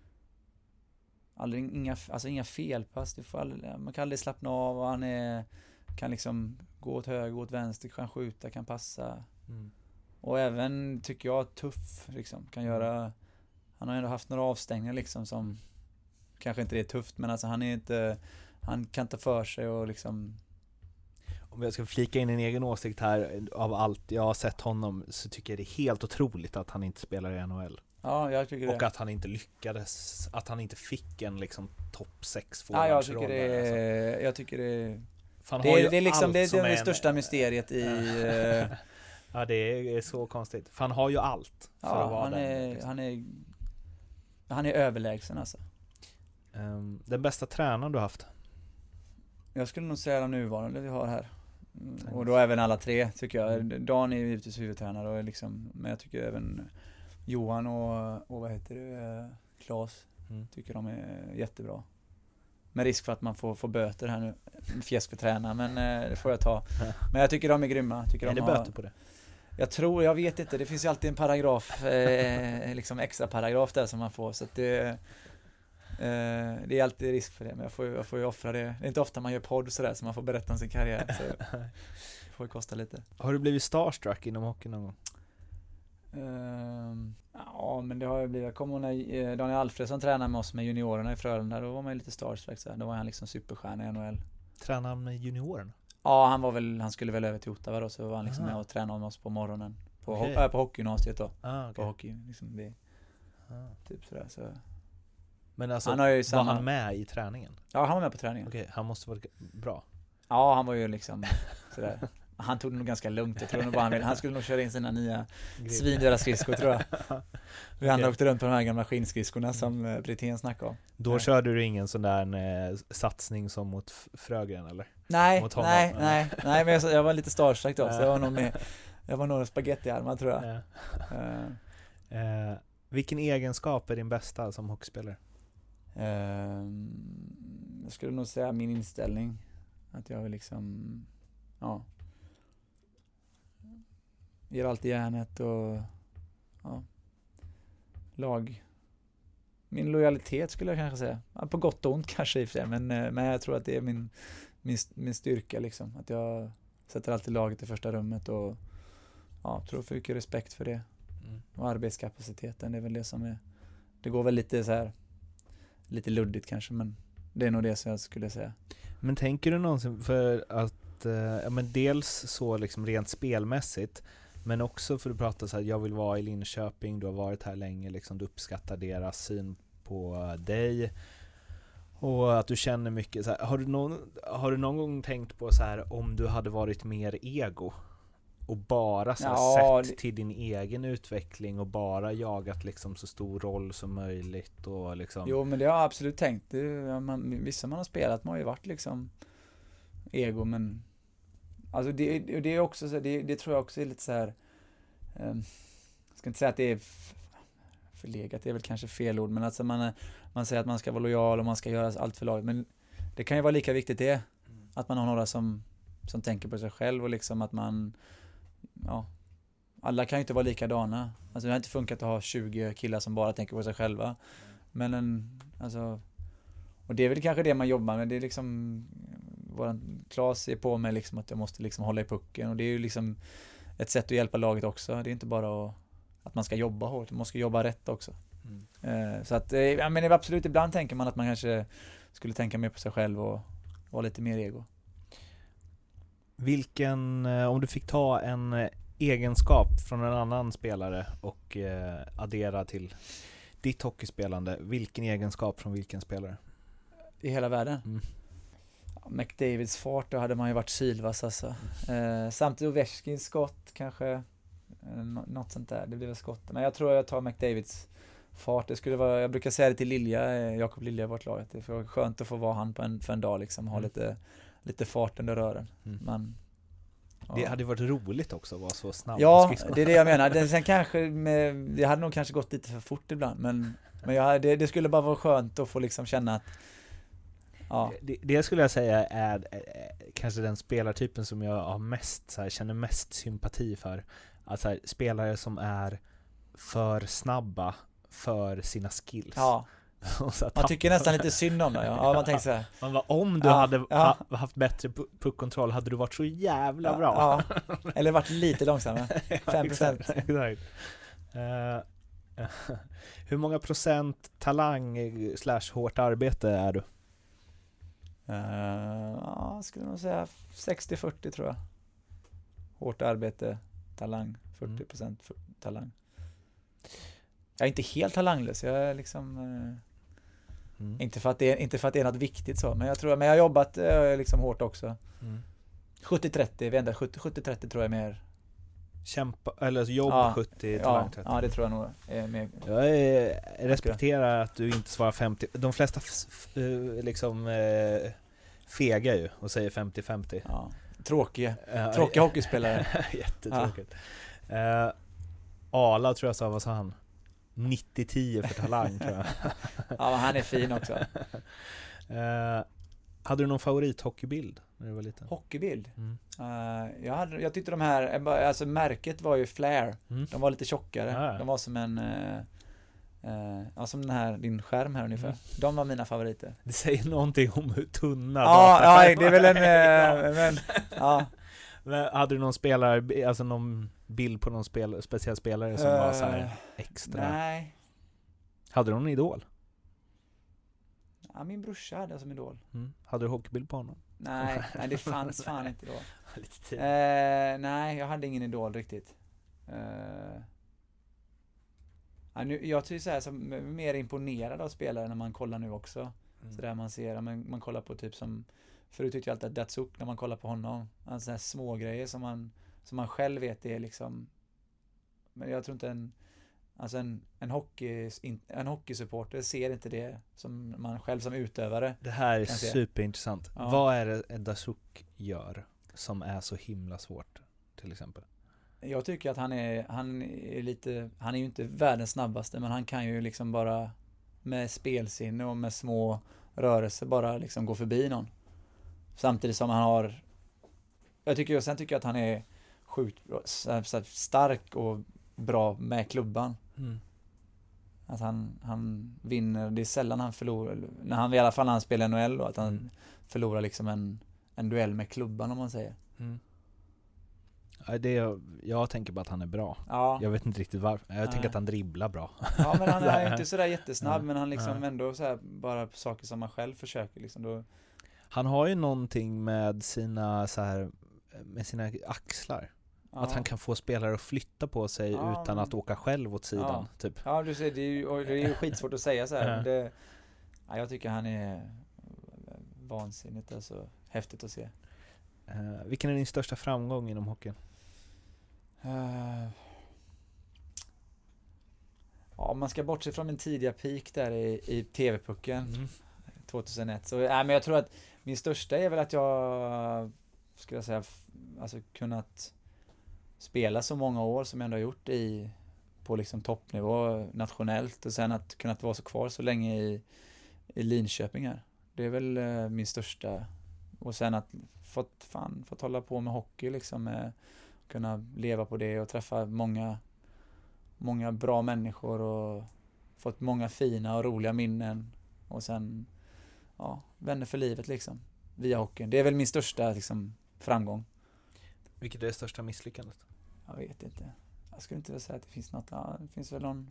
aldrig inga alltså inga felpass, det får aldrig, man kan aldrig slappna av, och han är, kan liksom gå åt höger, gå åt vänster, kan skjuta, kan passa. Mm. Och även tycker jag tuff liksom, kan göra, han har ändå haft några avstängningar liksom som kanske inte är tufft, men alltså han är inte, han kan ta för sig och liksom. Om jag ska flika in en egen åsikt här, av allt jag har sett honom så tycker jag det är helt otroligt att han inte spelar i N H L. Ja, jag tycker det. Och att han inte lyckades, att han inte fick en liksom topp sex Ja, jag tycker forwardsroll det där, alltså. är, jag tycker det Fan, det, har är, ju det är liksom allt det, är som det en- största mysteriet i eh, Ja, det är, är så konstigt. För han har ju allt för att ja, vara han den, är, liksom. han är han är överlägsen alltså. Ehm, den bästa tränaren du har haft? Jag skulle nog säga de nuvarande vi har här. Mm, och då även alla tre tycker jag. Dan är ju givetvis huvudtränare och liksom, men jag tycker även Johan och, och vad heter det, eh, Claes, Mm. tycker de är jättebra. Med risk för att man får, får böter här nu. Fjäsk för tränaren, men eh, det får jag ta. Men jag tycker de är grymma. Tycker Är de det har, böter på det? Jag tror, jag vet inte. Det finns ju alltid en paragraf, eh, liksom extra paragraf där som man får. Så att det, eh, det är alltid risk för det. Men jag får, jag får ju offra det. Det är inte ofta man gör podd och sådär så man får berätta om sin karriär. Så det får ju kosta lite. Har du blivit starstruck inom hockey någon gång? Um, ja, men det har jag blivit. Jag kommer ihåg när eh, Daniel Alfredsson tränade med oss med juniorerna i Frölunda. Då var man ju lite starstruck så här. Då var han liksom superstjärna i N H L. Tränar han med juniorerna? Ja, han var väl, han skulle väl över till Ottawa då, så var han liksom Aha. med och tränade med oss på morgonen. På, Okej. ho- äh, på hockeygymnasiet då. Ah, På okay. hockey, liksom det, ah. typ sådär. Så. Men alltså, Han har ju var samma- han med i träningen? Ja, han var med på träningen. Okej, han måste vara bra. Ja, han var ju liksom sådär. Han tog det nog ganska lugnt. Jag tror nog bara han, ville, han skulle nog köra in sina nya svindyra skridskor, tror jag. Vi andra Okej. åkte runt på de här gamla skinnskridskorna som eh, Brithén snackade om. Då Nej. körde du ingen sån där eh, satsning som mot F- Frögren, eller? Nej, Mot honom, nej, eller? nej, nej, men jag, jag var lite starstruck då, så jag var nog med, jag var nog spagettiarmar, tror jag. Ja. Uh, Eh, vilken egenskap är din bästa som hockeyspelare? Ehm, jag skulle nog säga min inställning. Att jag vill liksom, ja, ger alltid järnet och ja, lag. Min lojalitet skulle jag kanske säga. Ja, på gott och ont kanske i och för sig, men, eh, men jag tror att det är min, min, min styrka liksom. Att jag sätter alltid laget i första rummet och ja, tror för mycket respekt för det. Mm. Och arbetskapaciteten, det är väl det som är, det går väl lite så här lite luddigt kanske, men det är nog det som jag skulle säga. Men tänker du någonsin för att eh, ja, men dels så liksom rent spelmässigt, men också för att prata så här, jag vill vara i Linköping, du har varit här länge, liksom, du uppskattar deras syn på dig och att du känner mycket så här, har du någon har du någon gång tänkt på så här, om du hade varit mer ego och bara så här, Ja, sett det- till din egen utveckling och bara jagat liksom så stor roll som möjligt och liksom Jo, men det har jag absolut tänkt. Det, ja, man, vissa man har spelat, man har ju varit liksom ego, men alltså det, det är också så, det, det tror jag också är lite så här, um, jag ska inte säga att det är f- förlegat, det är väl kanske fel ord, men alltså man, man säger att man ska vara lojal och man ska göra allt för laget, men det kan ju vara lika viktigt det, att man har några som, som tänker på sig själv och liksom att man, ja, alla kan ju inte vara likadana. Alltså det har inte funkat att ha tjugo killar som bara tänker på sig själva. Men en, alltså, och det är väl kanske det man jobbar med. Det är liksom, våran Claes är på mig liksom att jag måste liksom hålla i pucken. Och det är ju liksom ett sätt att hjälpa laget också. Det är inte bara att, att man ska jobba hårt. Man måste jobba rätt också. Mm. Eh, så att, eh, ja, men absolut, ibland tänker man att man kanske skulle tänka mer på sig själv och vara lite mer ego. Vilken, eh, om du fick ta en eh, egenskap från en annan spelare och eh, addera till ditt hockeyspelande, vilken egenskap från vilken spelare? I hela världen. Mm. Ja, McDavids fart, då hade man ju varit sylvass alltså. Eh, samtidigt Ovechkins skott kanske, eh, nå- något sånt där, det blir väl skott. Men jag tror jag tar McDavids fart. Det skulle vara, jag brukar säga det till Lilja, eh, Jakob Lilja i vårt lag, att det är skönt att få vara han på en, för en dag liksom, ha Mm. lite, lite fart under rören. Mm. Men, ja. Det hade varit roligt också att vara så snabb på Ja, skridskor. det är det jag menar. Det, sen kanske med, det hade nog kanske gått lite för fort ibland, men, men jag, det, det skulle bara vara skönt att få liksom känna att ja. Det, det skulle jag säga är eh, kanske den spelartypen som jag har mest så här, känner mest sympati för. Alltså här, spelare som är för snabba för sina skills. Ja. Och så att Man tapp- tycker nästan lite synd om det. Ja, ja man tänker så här. Man var, om du Ja, hade ja. ha, haft bättre pu- puckkontroll hade du varit så jävla Ja, bra. ja. Eller varit lite långsammare. fem procent. Exakt, exakt. Eh, hur många procent talang eh, slash hårt arbete är du? Uh, ja, skulle nog säga sextio fyrtio tror jag. Hårt arbete, talang, fyrtio procent för talang. Jag är inte helt talanglös, jag är liksom uh, mm. inte för att det är inte för att det är något viktigt så, men jag tror men jag har jobbat uh, liksom hårt också. Mm. sjuttio trettio, vi ändrar sjuttio trettio tror jag är mer kämpa eller jobb ja, sjuttio ja, ja, det tror jag nog är mer. Jag är, respekterar att du inte svarar femtio. De flesta f- f- liksom eh, fegar ju och säger femtio femtio. Ja, tråkiga. Uh, tråkiga hockeyspelare. Jättetråkigt. Ja. Uh, Ala tror jag sa, vad sa han? nittio tio för talang tror jag. Ja, men han är fin också. Uh, hade du någon favorithockeybild när du var liten? Hockeybild? Mm. Uh, jag, hade, jag tyckte de här, alltså märket var ju Flair. Mm. De var lite tjockare. Ja. De var som en, uh, uh, ja, som den här, din skärm här ungefär. Mm. De var mina favoriter. Det säger någonting om hur tunna ja, ja, det är väl en, uh, men, ja. Men hade du någon spelare, alltså någon bild på någon spel, speciell spelare som uh, var så här extra? Nej. Hade du någon idol? Ja, min brorsa hade jag som idol. Mm. Hade du hockeybild på honom? Nej, nej det fanns fan inte då. Lite tid. Eh, nej, jag hade ingen idol riktigt. Eh, ja, nu, jag tycker så här, som mer imponerad av spelare när man kollar nu också. Mm. Så där man ser, man, man kollar på typ som, förut tyckte jag alltid att Datsuk när man kollar på honom. Alltså så här små grejer som man, som man själv vet är liksom, men jag tror inte en Alltså en, en, hockey, en hockeysupporter ser inte det som man själv som utövare. Det här är superintressant. Ja. Vad är det Datsuk gör som är så himla svårt till exempel? Jag tycker att han är, han är lite, han är ju inte världens snabbaste, men han kan ju liksom bara med spelsinne och med små rörelser bara liksom gå förbi någon. Samtidigt som han har, jag tycker ju, sen tycker jag att han är sjukt bra, så, så stark och bra med klubban. Mm. Att han, han vinner, det är sällan han förlorar, när han i alla fall när han spelar N H L då, att han mm. förlorar liksom en, en duell med klubban om man säger. Mm. Ja, det är, jag tänker bara att han är bra. Ja. Jag vet inte riktigt varför. Jag Nej. tänker att han dribblar bra. Ja, men han är inte sådär jättesnabb, ja. men han liksom ja. ändå så här, bara saker som man själv försöker liksom då. Han har ju någonting med sina så här, med sina axlar. Ja. Att han kan få spelare att flytta på sig ja, utan att åka själv åt sidan. Ja, typ. Ja du ser, det är ju, det är ju skitsvårt att säga så här. Men det, ja, jag tycker han är vansinnigt, alltså häftigt att se. Uh, vilken är din största framgång inom hockeyn? Uh, ja, man ska bortse från min tidiga peak där i, i T V-pucken mm. tjugohundraett. Så, äh, men jag tror att min största är väl att jag ska jag säga, alltså kunnat spela så många år som jag ändå har gjort i, på liksom toppnivå nationellt, och sen att kunna vara så kvar så länge i, i Linköping här. Det är väl uh, min största, och sen att fått, fan, fått hålla på med hockey liksom, med, kunna leva på det och träffa många många bra människor och fått många fina och roliga minnen, och sen ja, vänner för livet liksom via hockeyn. Det är väl min största liksom framgång. Vilket är det största misslyckandet? Jag vet inte. Jag skulle inte vilja säga att det finns något. Ja, det finns väl någon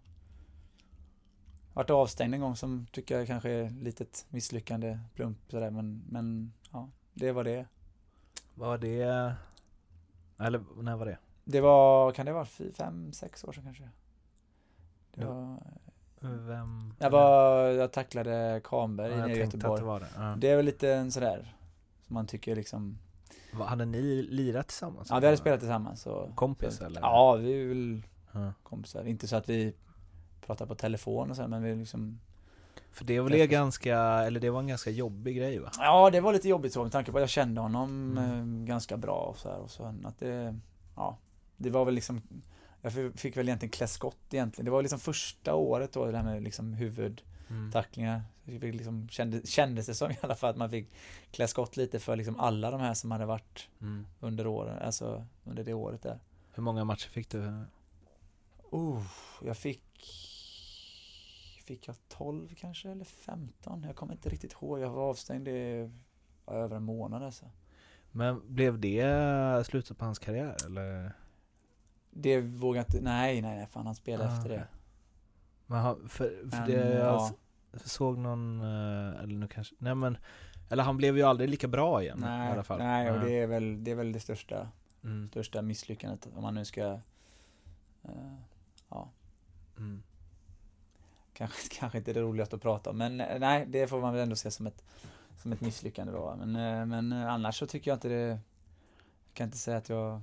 varit avstängd en gång som tycker jag kanske är litet misslyckande plump sådär, men, men ja, det var det. Var det, eller när var det? Det var, kan det vara fem, sex år sedan kanske. Det ja. var, Vem? Jag var, jag tacklade Kamberg ja, i Göteborg. Det, var det. Ja. Det är väl lite en sådär som man tycker liksom. Hade ni lirat tillsammans? Ja, vi hade spelat tillsammans. Så, kompis så, eller? Ja, vi är väl ja. kompisar. Inte så att vi pratar på telefon och så, men vi liksom. För det var väl ganska, eller det var en ganska jobbig grej, va? Ja, det var lite jobbigt så med tanke på att jag kände honom mm. ganska bra och så här, och så att det, ja, det var väl liksom, jag fick väl egentligen klä skott egentligen. Det var liksom första året då, det här med liksom huvudtacklingar. Mm. Så liksom kände, kändes det som i alla fall att man fick klä skott lite för liksom alla de här som hade varit mm. under åren, alltså under det året där. Hur många matcher fick du? Oh, jag fick fick jag tolv kanske, eller femton. Jag kommer inte riktigt ihåg. Jag var avstängd i över en månad alltså. Men blev det slutet på hans karriär eller? Det vågar inte. Nej, nej, nej, fan han spelade ah, efter det. Men han, för, för men, det jag ja. såg någon eller nu kanske. Nej men Eller han blev ju aldrig lika bra igen nej, i alla fall. Nej, och det är väl det, är väl det största, mm. största misslyckandet om man nu ska uh, ja. Mm. Kanske, kanske inte det roligaste att prata om, men nej, det får man väl ändå se som ett, som ett misslyckande då. Men, men annars så tycker jag inte det, jag kan inte säga att jag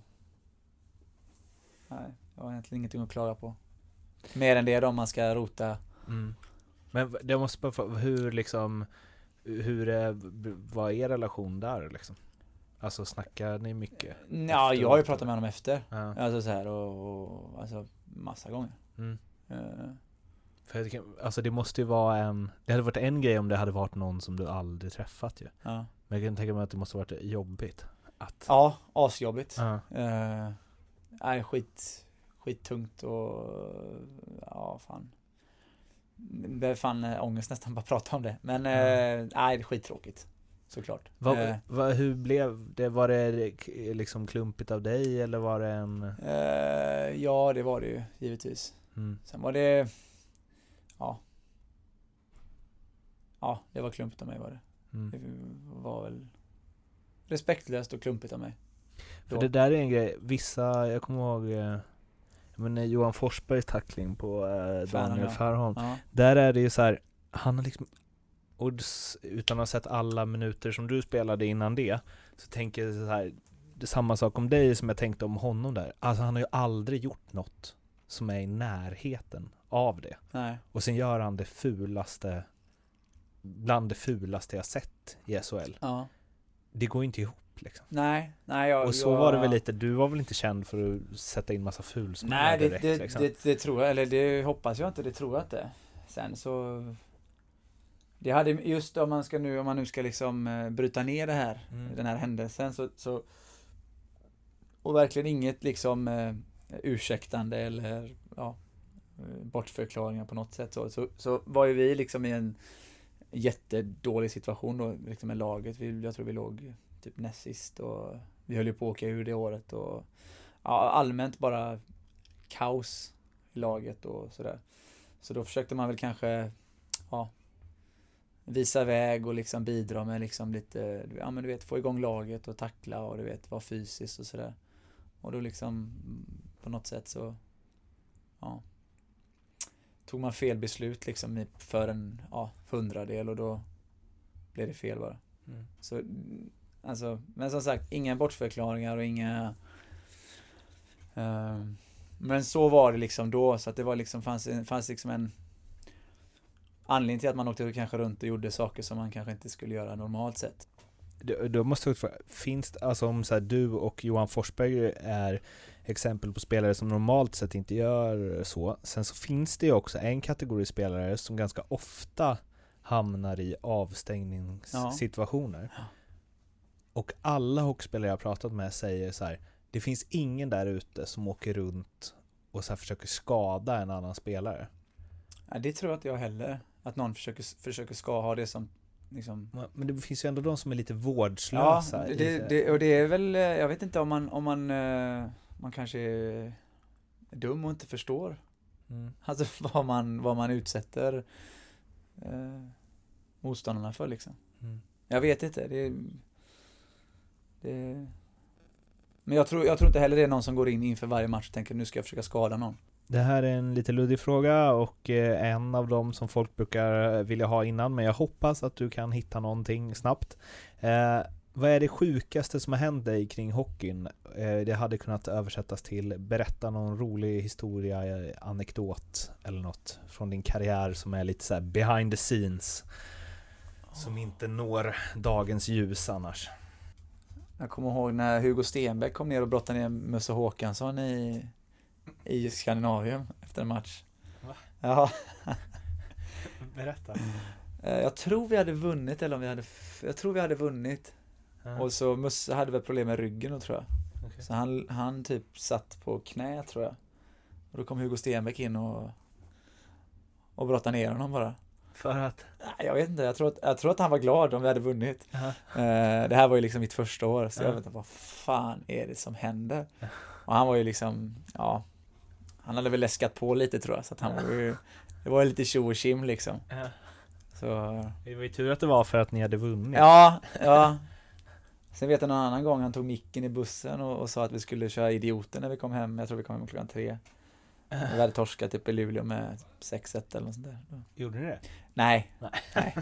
nej, jag har egentligen ingenting att klaga på. Mer än det då, om man ska rota. Mm. Men det måste bara få, hur liksom, hur är, vad är er relation där liksom? Alltså snackar ni mycket? Ja, jag har ju pratat med honom efter. Ja. Alltså så här och, och alltså massa gånger. Mm. Uh. För jag tycker, alltså det måste ju vara en, det hade varit en grej om det hade varit någon som du aldrig träffat ju. Ja. Men jag kan tänka mig att det måste varit jobbigt att... Ja, asjobbigt. Ja. Uh, är skit skittungt och ja, fan. Det är fan äh, ångest nästan bara prata om det. Men mm. uh, nej, det är skittråkigt. Såklart. Va, uh, va, hur blev det? Var det liksom klumpigt av dig eller var det en... Uh, ja, det var det ju, givetvis. Mm. Sen var det ja ja, det var klumpigt av mig var det. Mm. Det var väl respektlöst och klumpigt av mig. För då. Det där är en grej, vissa, jag kommer ihåg eh, men Johan Forsbergs tackling på eh, Daniel Färholm. Ja. Där är det ju så här, han har liksom, och utan att ha sett alla minuter som du spelade innan det, så tänker jag så här, det är samma sak om dig som jag tänkte om honom där. Alltså han har ju aldrig gjort något som är i närheten av det. Nej. Och sen gör han det fulaste, bland det fulaste jag sett i S H L. Ja. Det går inte ihop liksom. Nej, nej jag, och så jag, var det väl lite, du var väl inte känd för att sätta in massa fulsmör nej, det, direkt det, liksom. det, det tror jag, eller det hoppas jag inte, det tror jag inte. Sen så det hade just om man ska nu om man nu ska liksom bryta ner det här, mm. den här händelsen så, så och verkligen inget liksom eh, ursäktande eller ja, bortförklaringar på något sätt så, så, så var ju vi liksom i en jättedålig situation då liksom med laget. Vi, jag tror vi låg typ näst sist och vi höll ju på att åka ur det året och ja, allmänt bara kaos i laget och sådär. Så då försökte man väl kanske ja, visa väg och liksom bidra med liksom lite, ja men du vet, få igång laget och tackla och du vet, vara fysiskt och sådär. Och då liksom på något sätt så ja, tog man fel beslut liksom för en ja, hundradel och då blev det fel bara. Mm. Så alltså, men som sagt, inga bortförklaringar och inga uh, men så var det liksom då, så att det var liksom fanns, fanns liksom en anledning till att man åkte kanske runt och gjorde saker som man kanske inte skulle göra normalt sett. Då måste jag fråga, finns det, alltså om så här, du och Johan Forsberg är exempel på spelare som normalt sett inte gör så. Sen så finns det ju också en kategori spelare som ganska ofta hamnar i avstängningssituationer. Ja. Och alla hockeyspelare jag har pratat med säger så här, det finns ingen där ute som åker runt och så här försöker skada en annan spelare. Ja, det tror jag inte jag heller. Att någon försöker, försöker ska ha det som liksom... Men det finns ju ändå de som är lite vårdslösa. Ja, det, det, och det är väl, jag vet inte om man, om man, man kanske är dum och inte förstår. Mm. Alltså vad man, vad man utsätter eh, motståndarna för liksom. Mm. Jag vet inte, det, det men jag tror, jag tror inte heller det är någon som går in inför varje match och tänker nu ska jag försöka skada någon. Det här är en lite luddig fråga och en av dem som folk brukar vilja ha innan, men jag hoppas att du kan hitta någonting snabbt. Eh, vad är det sjukaste som har hänt dig kring hockeyn? Eh, det hade kunnat översättas till berätta någon rolig historia, anekdot eller något från din karriär som är lite så här behind the scenes, oh. som inte når dagens ljus annars. Jag kommer ihåg när Hugo Stenbeck kom ner och brottade ner Musse Håkansson i i Skandinavien efter en match. Va? Ja. Berätta. Jag tror vi hade vunnit eller om vi hade jag tror vi hade vunnit. Uh-huh. Och så Musse hade väl problem med ryggen då, tror jag. Okay. Så han han typ satt på knä, tror jag. Och då kom Hugo Stenbeck in och och brottade ner honom bara. För att jag vet inte, jag tror att jag tror att han var glad om vi hade vunnit. Uh-huh. Uh, det här var ju liksom mitt första år, så uh-huh. jag vet inte vad fan är det som händer. Uh-huh. Och han var ju liksom ja, han hade väl läskat på lite, tror jag, så att han var ju, det var lite tjo och kim liksom. Uh-huh. Så... Det var ju tur att det var för att ni hade vunnit. Ja, ja. Sen vet jag någon annan gång han tog micken i bussen och, och sa att vi skulle köra idioten när vi kom hem. Jag tror vi kom hem klockan tre. Vi hade torskat typ i Luleå med sex ett eller något sånt där. Gjorde ni det? Nej. Nej. Nej.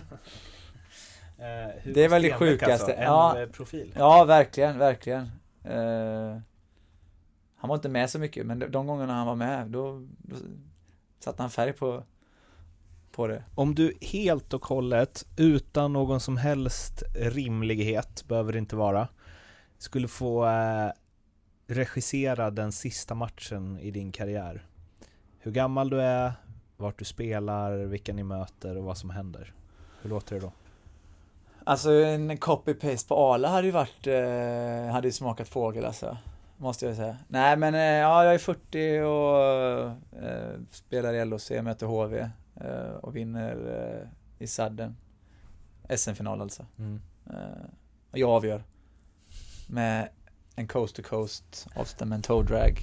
uh, det är väl det sjukaste. Alltså, en ja, profil. Ja, verkligen, verkligen. Uh, han var inte med så mycket, men de, de gångerna han var med, då, då satte han färg på, på det. Om du helt och hållet, utan någon som helst rimlighet, behöver det inte vara, skulle få uh, regissera den sista matchen i din karriär. Hur gammal du är, vart du spelar, vilka ni möter och vad som händer. Hur låter det då? Alltså en copy-paste på Arla hade ju varit, eh, hade ju smakat fågel alltså, måste jag säga. Nej men eh, ja, jag är fyrtio och eh, spelar i L O C, möter H V eh, och vinner eh, i sadden. S M-final alltså. Mm. Eh, och jag avgör med en coast-to-coast ofta med en toe drag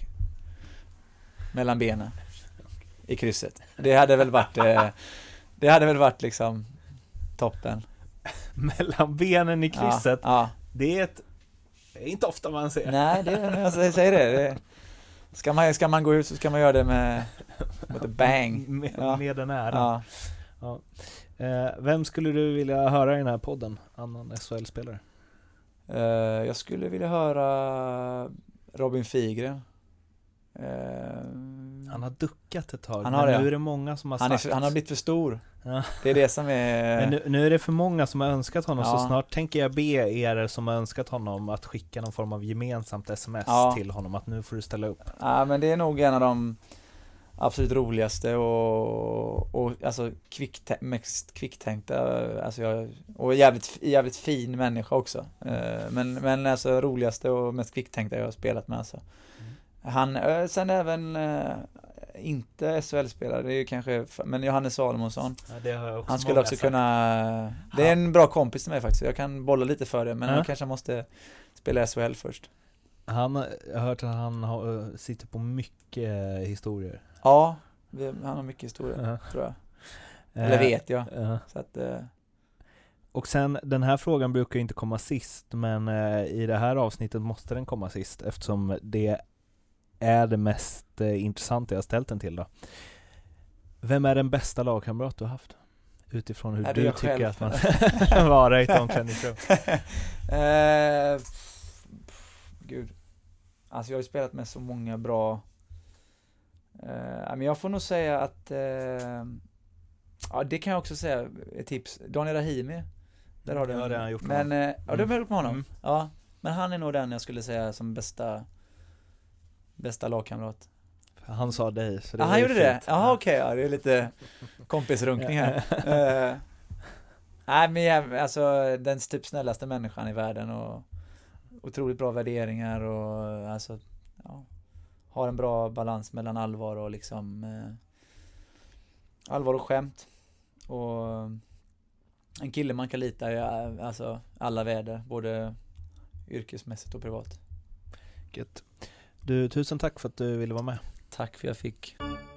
mellan benen i krysset. Det hade väl varit eh, det hade väl varit liksom toppen. Mellan benen i krysset. Ja, ja. Det är ett det är inte ofta man ser. Nej, det är, jag säger det. det ska, man, ska man gå ut så ska man göra det med, med ett bang. Med, ja. med den äran. Ja. Ja. Eh, vem skulle du vilja höra i den här podden? Annan S H L-spelare? Eh, jag skulle vilja höra Robin Figren. Eh, han har duckat ett tag. Han har men det, nu ja. är det många som har han sagt. Är för, han har blivit för stor. Ja. Det är det som är... Men nu, nu är det för många som har önskat honom. Ja. Så snart tänker jag be er som har önskat honom att skicka någon form av gemensamt sms ja. till honom. Att nu får du ställa upp. Ja, men det är nog en av de absolut roligaste och, och alltså kvickt, mest kvicktänkta alltså jag, och jävligt, jävligt fin människa också. Men, men alltså roligaste och mest kvicktänkta jag har spelat med alltså. Mm. Han, sen även inte S H L-spelare, det är ju kanske, men Johannes Salomonsson. Ja, det har jag också han skulle också sagt. kunna, det är en bra kompis till mig faktiskt. Jag kan bolla lite för det, men ja. han kanske måste spela S H L först. Han, jag har hört att han har, sitter på mycket historier. Ja, han har mycket historier, uh-huh. tror jag. Eller uh, vet jag. Uh-huh. Så att, uh... Och sen, den här frågan brukar inte komma sist, men uh, i det här avsnittet måste den komma sist, eftersom det är det mest uh, intressanta jag har ställt den till då. Vem är den bästa lagkamrat du har haft? Utifrån hur är du tycker själv? Att man vara i ett omklädningsrum. uh, Gud. Alltså jag har ju spelat med så många bra. Uh, men jag får nog säga att uh, ja, det kan jag också säga ett tips. Daniel Rahimi. Där har du. Ja, det har jag gjort. Men uh, ja, du har gjort med honom. Mm. Ja, men han är nog den jag skulle säga som bästa bästa lagkamrat. Han sa dig så det ah, han gjorde fint. Det. Jaha, okej, okay, ja, det är lite kompisrunkning här. uh, nej, men jag, alltså den typ snällaste människan i världen och otroligt bra värderingar och alltså ja, har en bra balans mellan allvar och liksom eh, allvar och skämt och en kille man kan lita i alltså alla väder, både yrkesmässigt och privat. Gött. Du, tusen tack för att du ville vara med. Tack för att jag fick.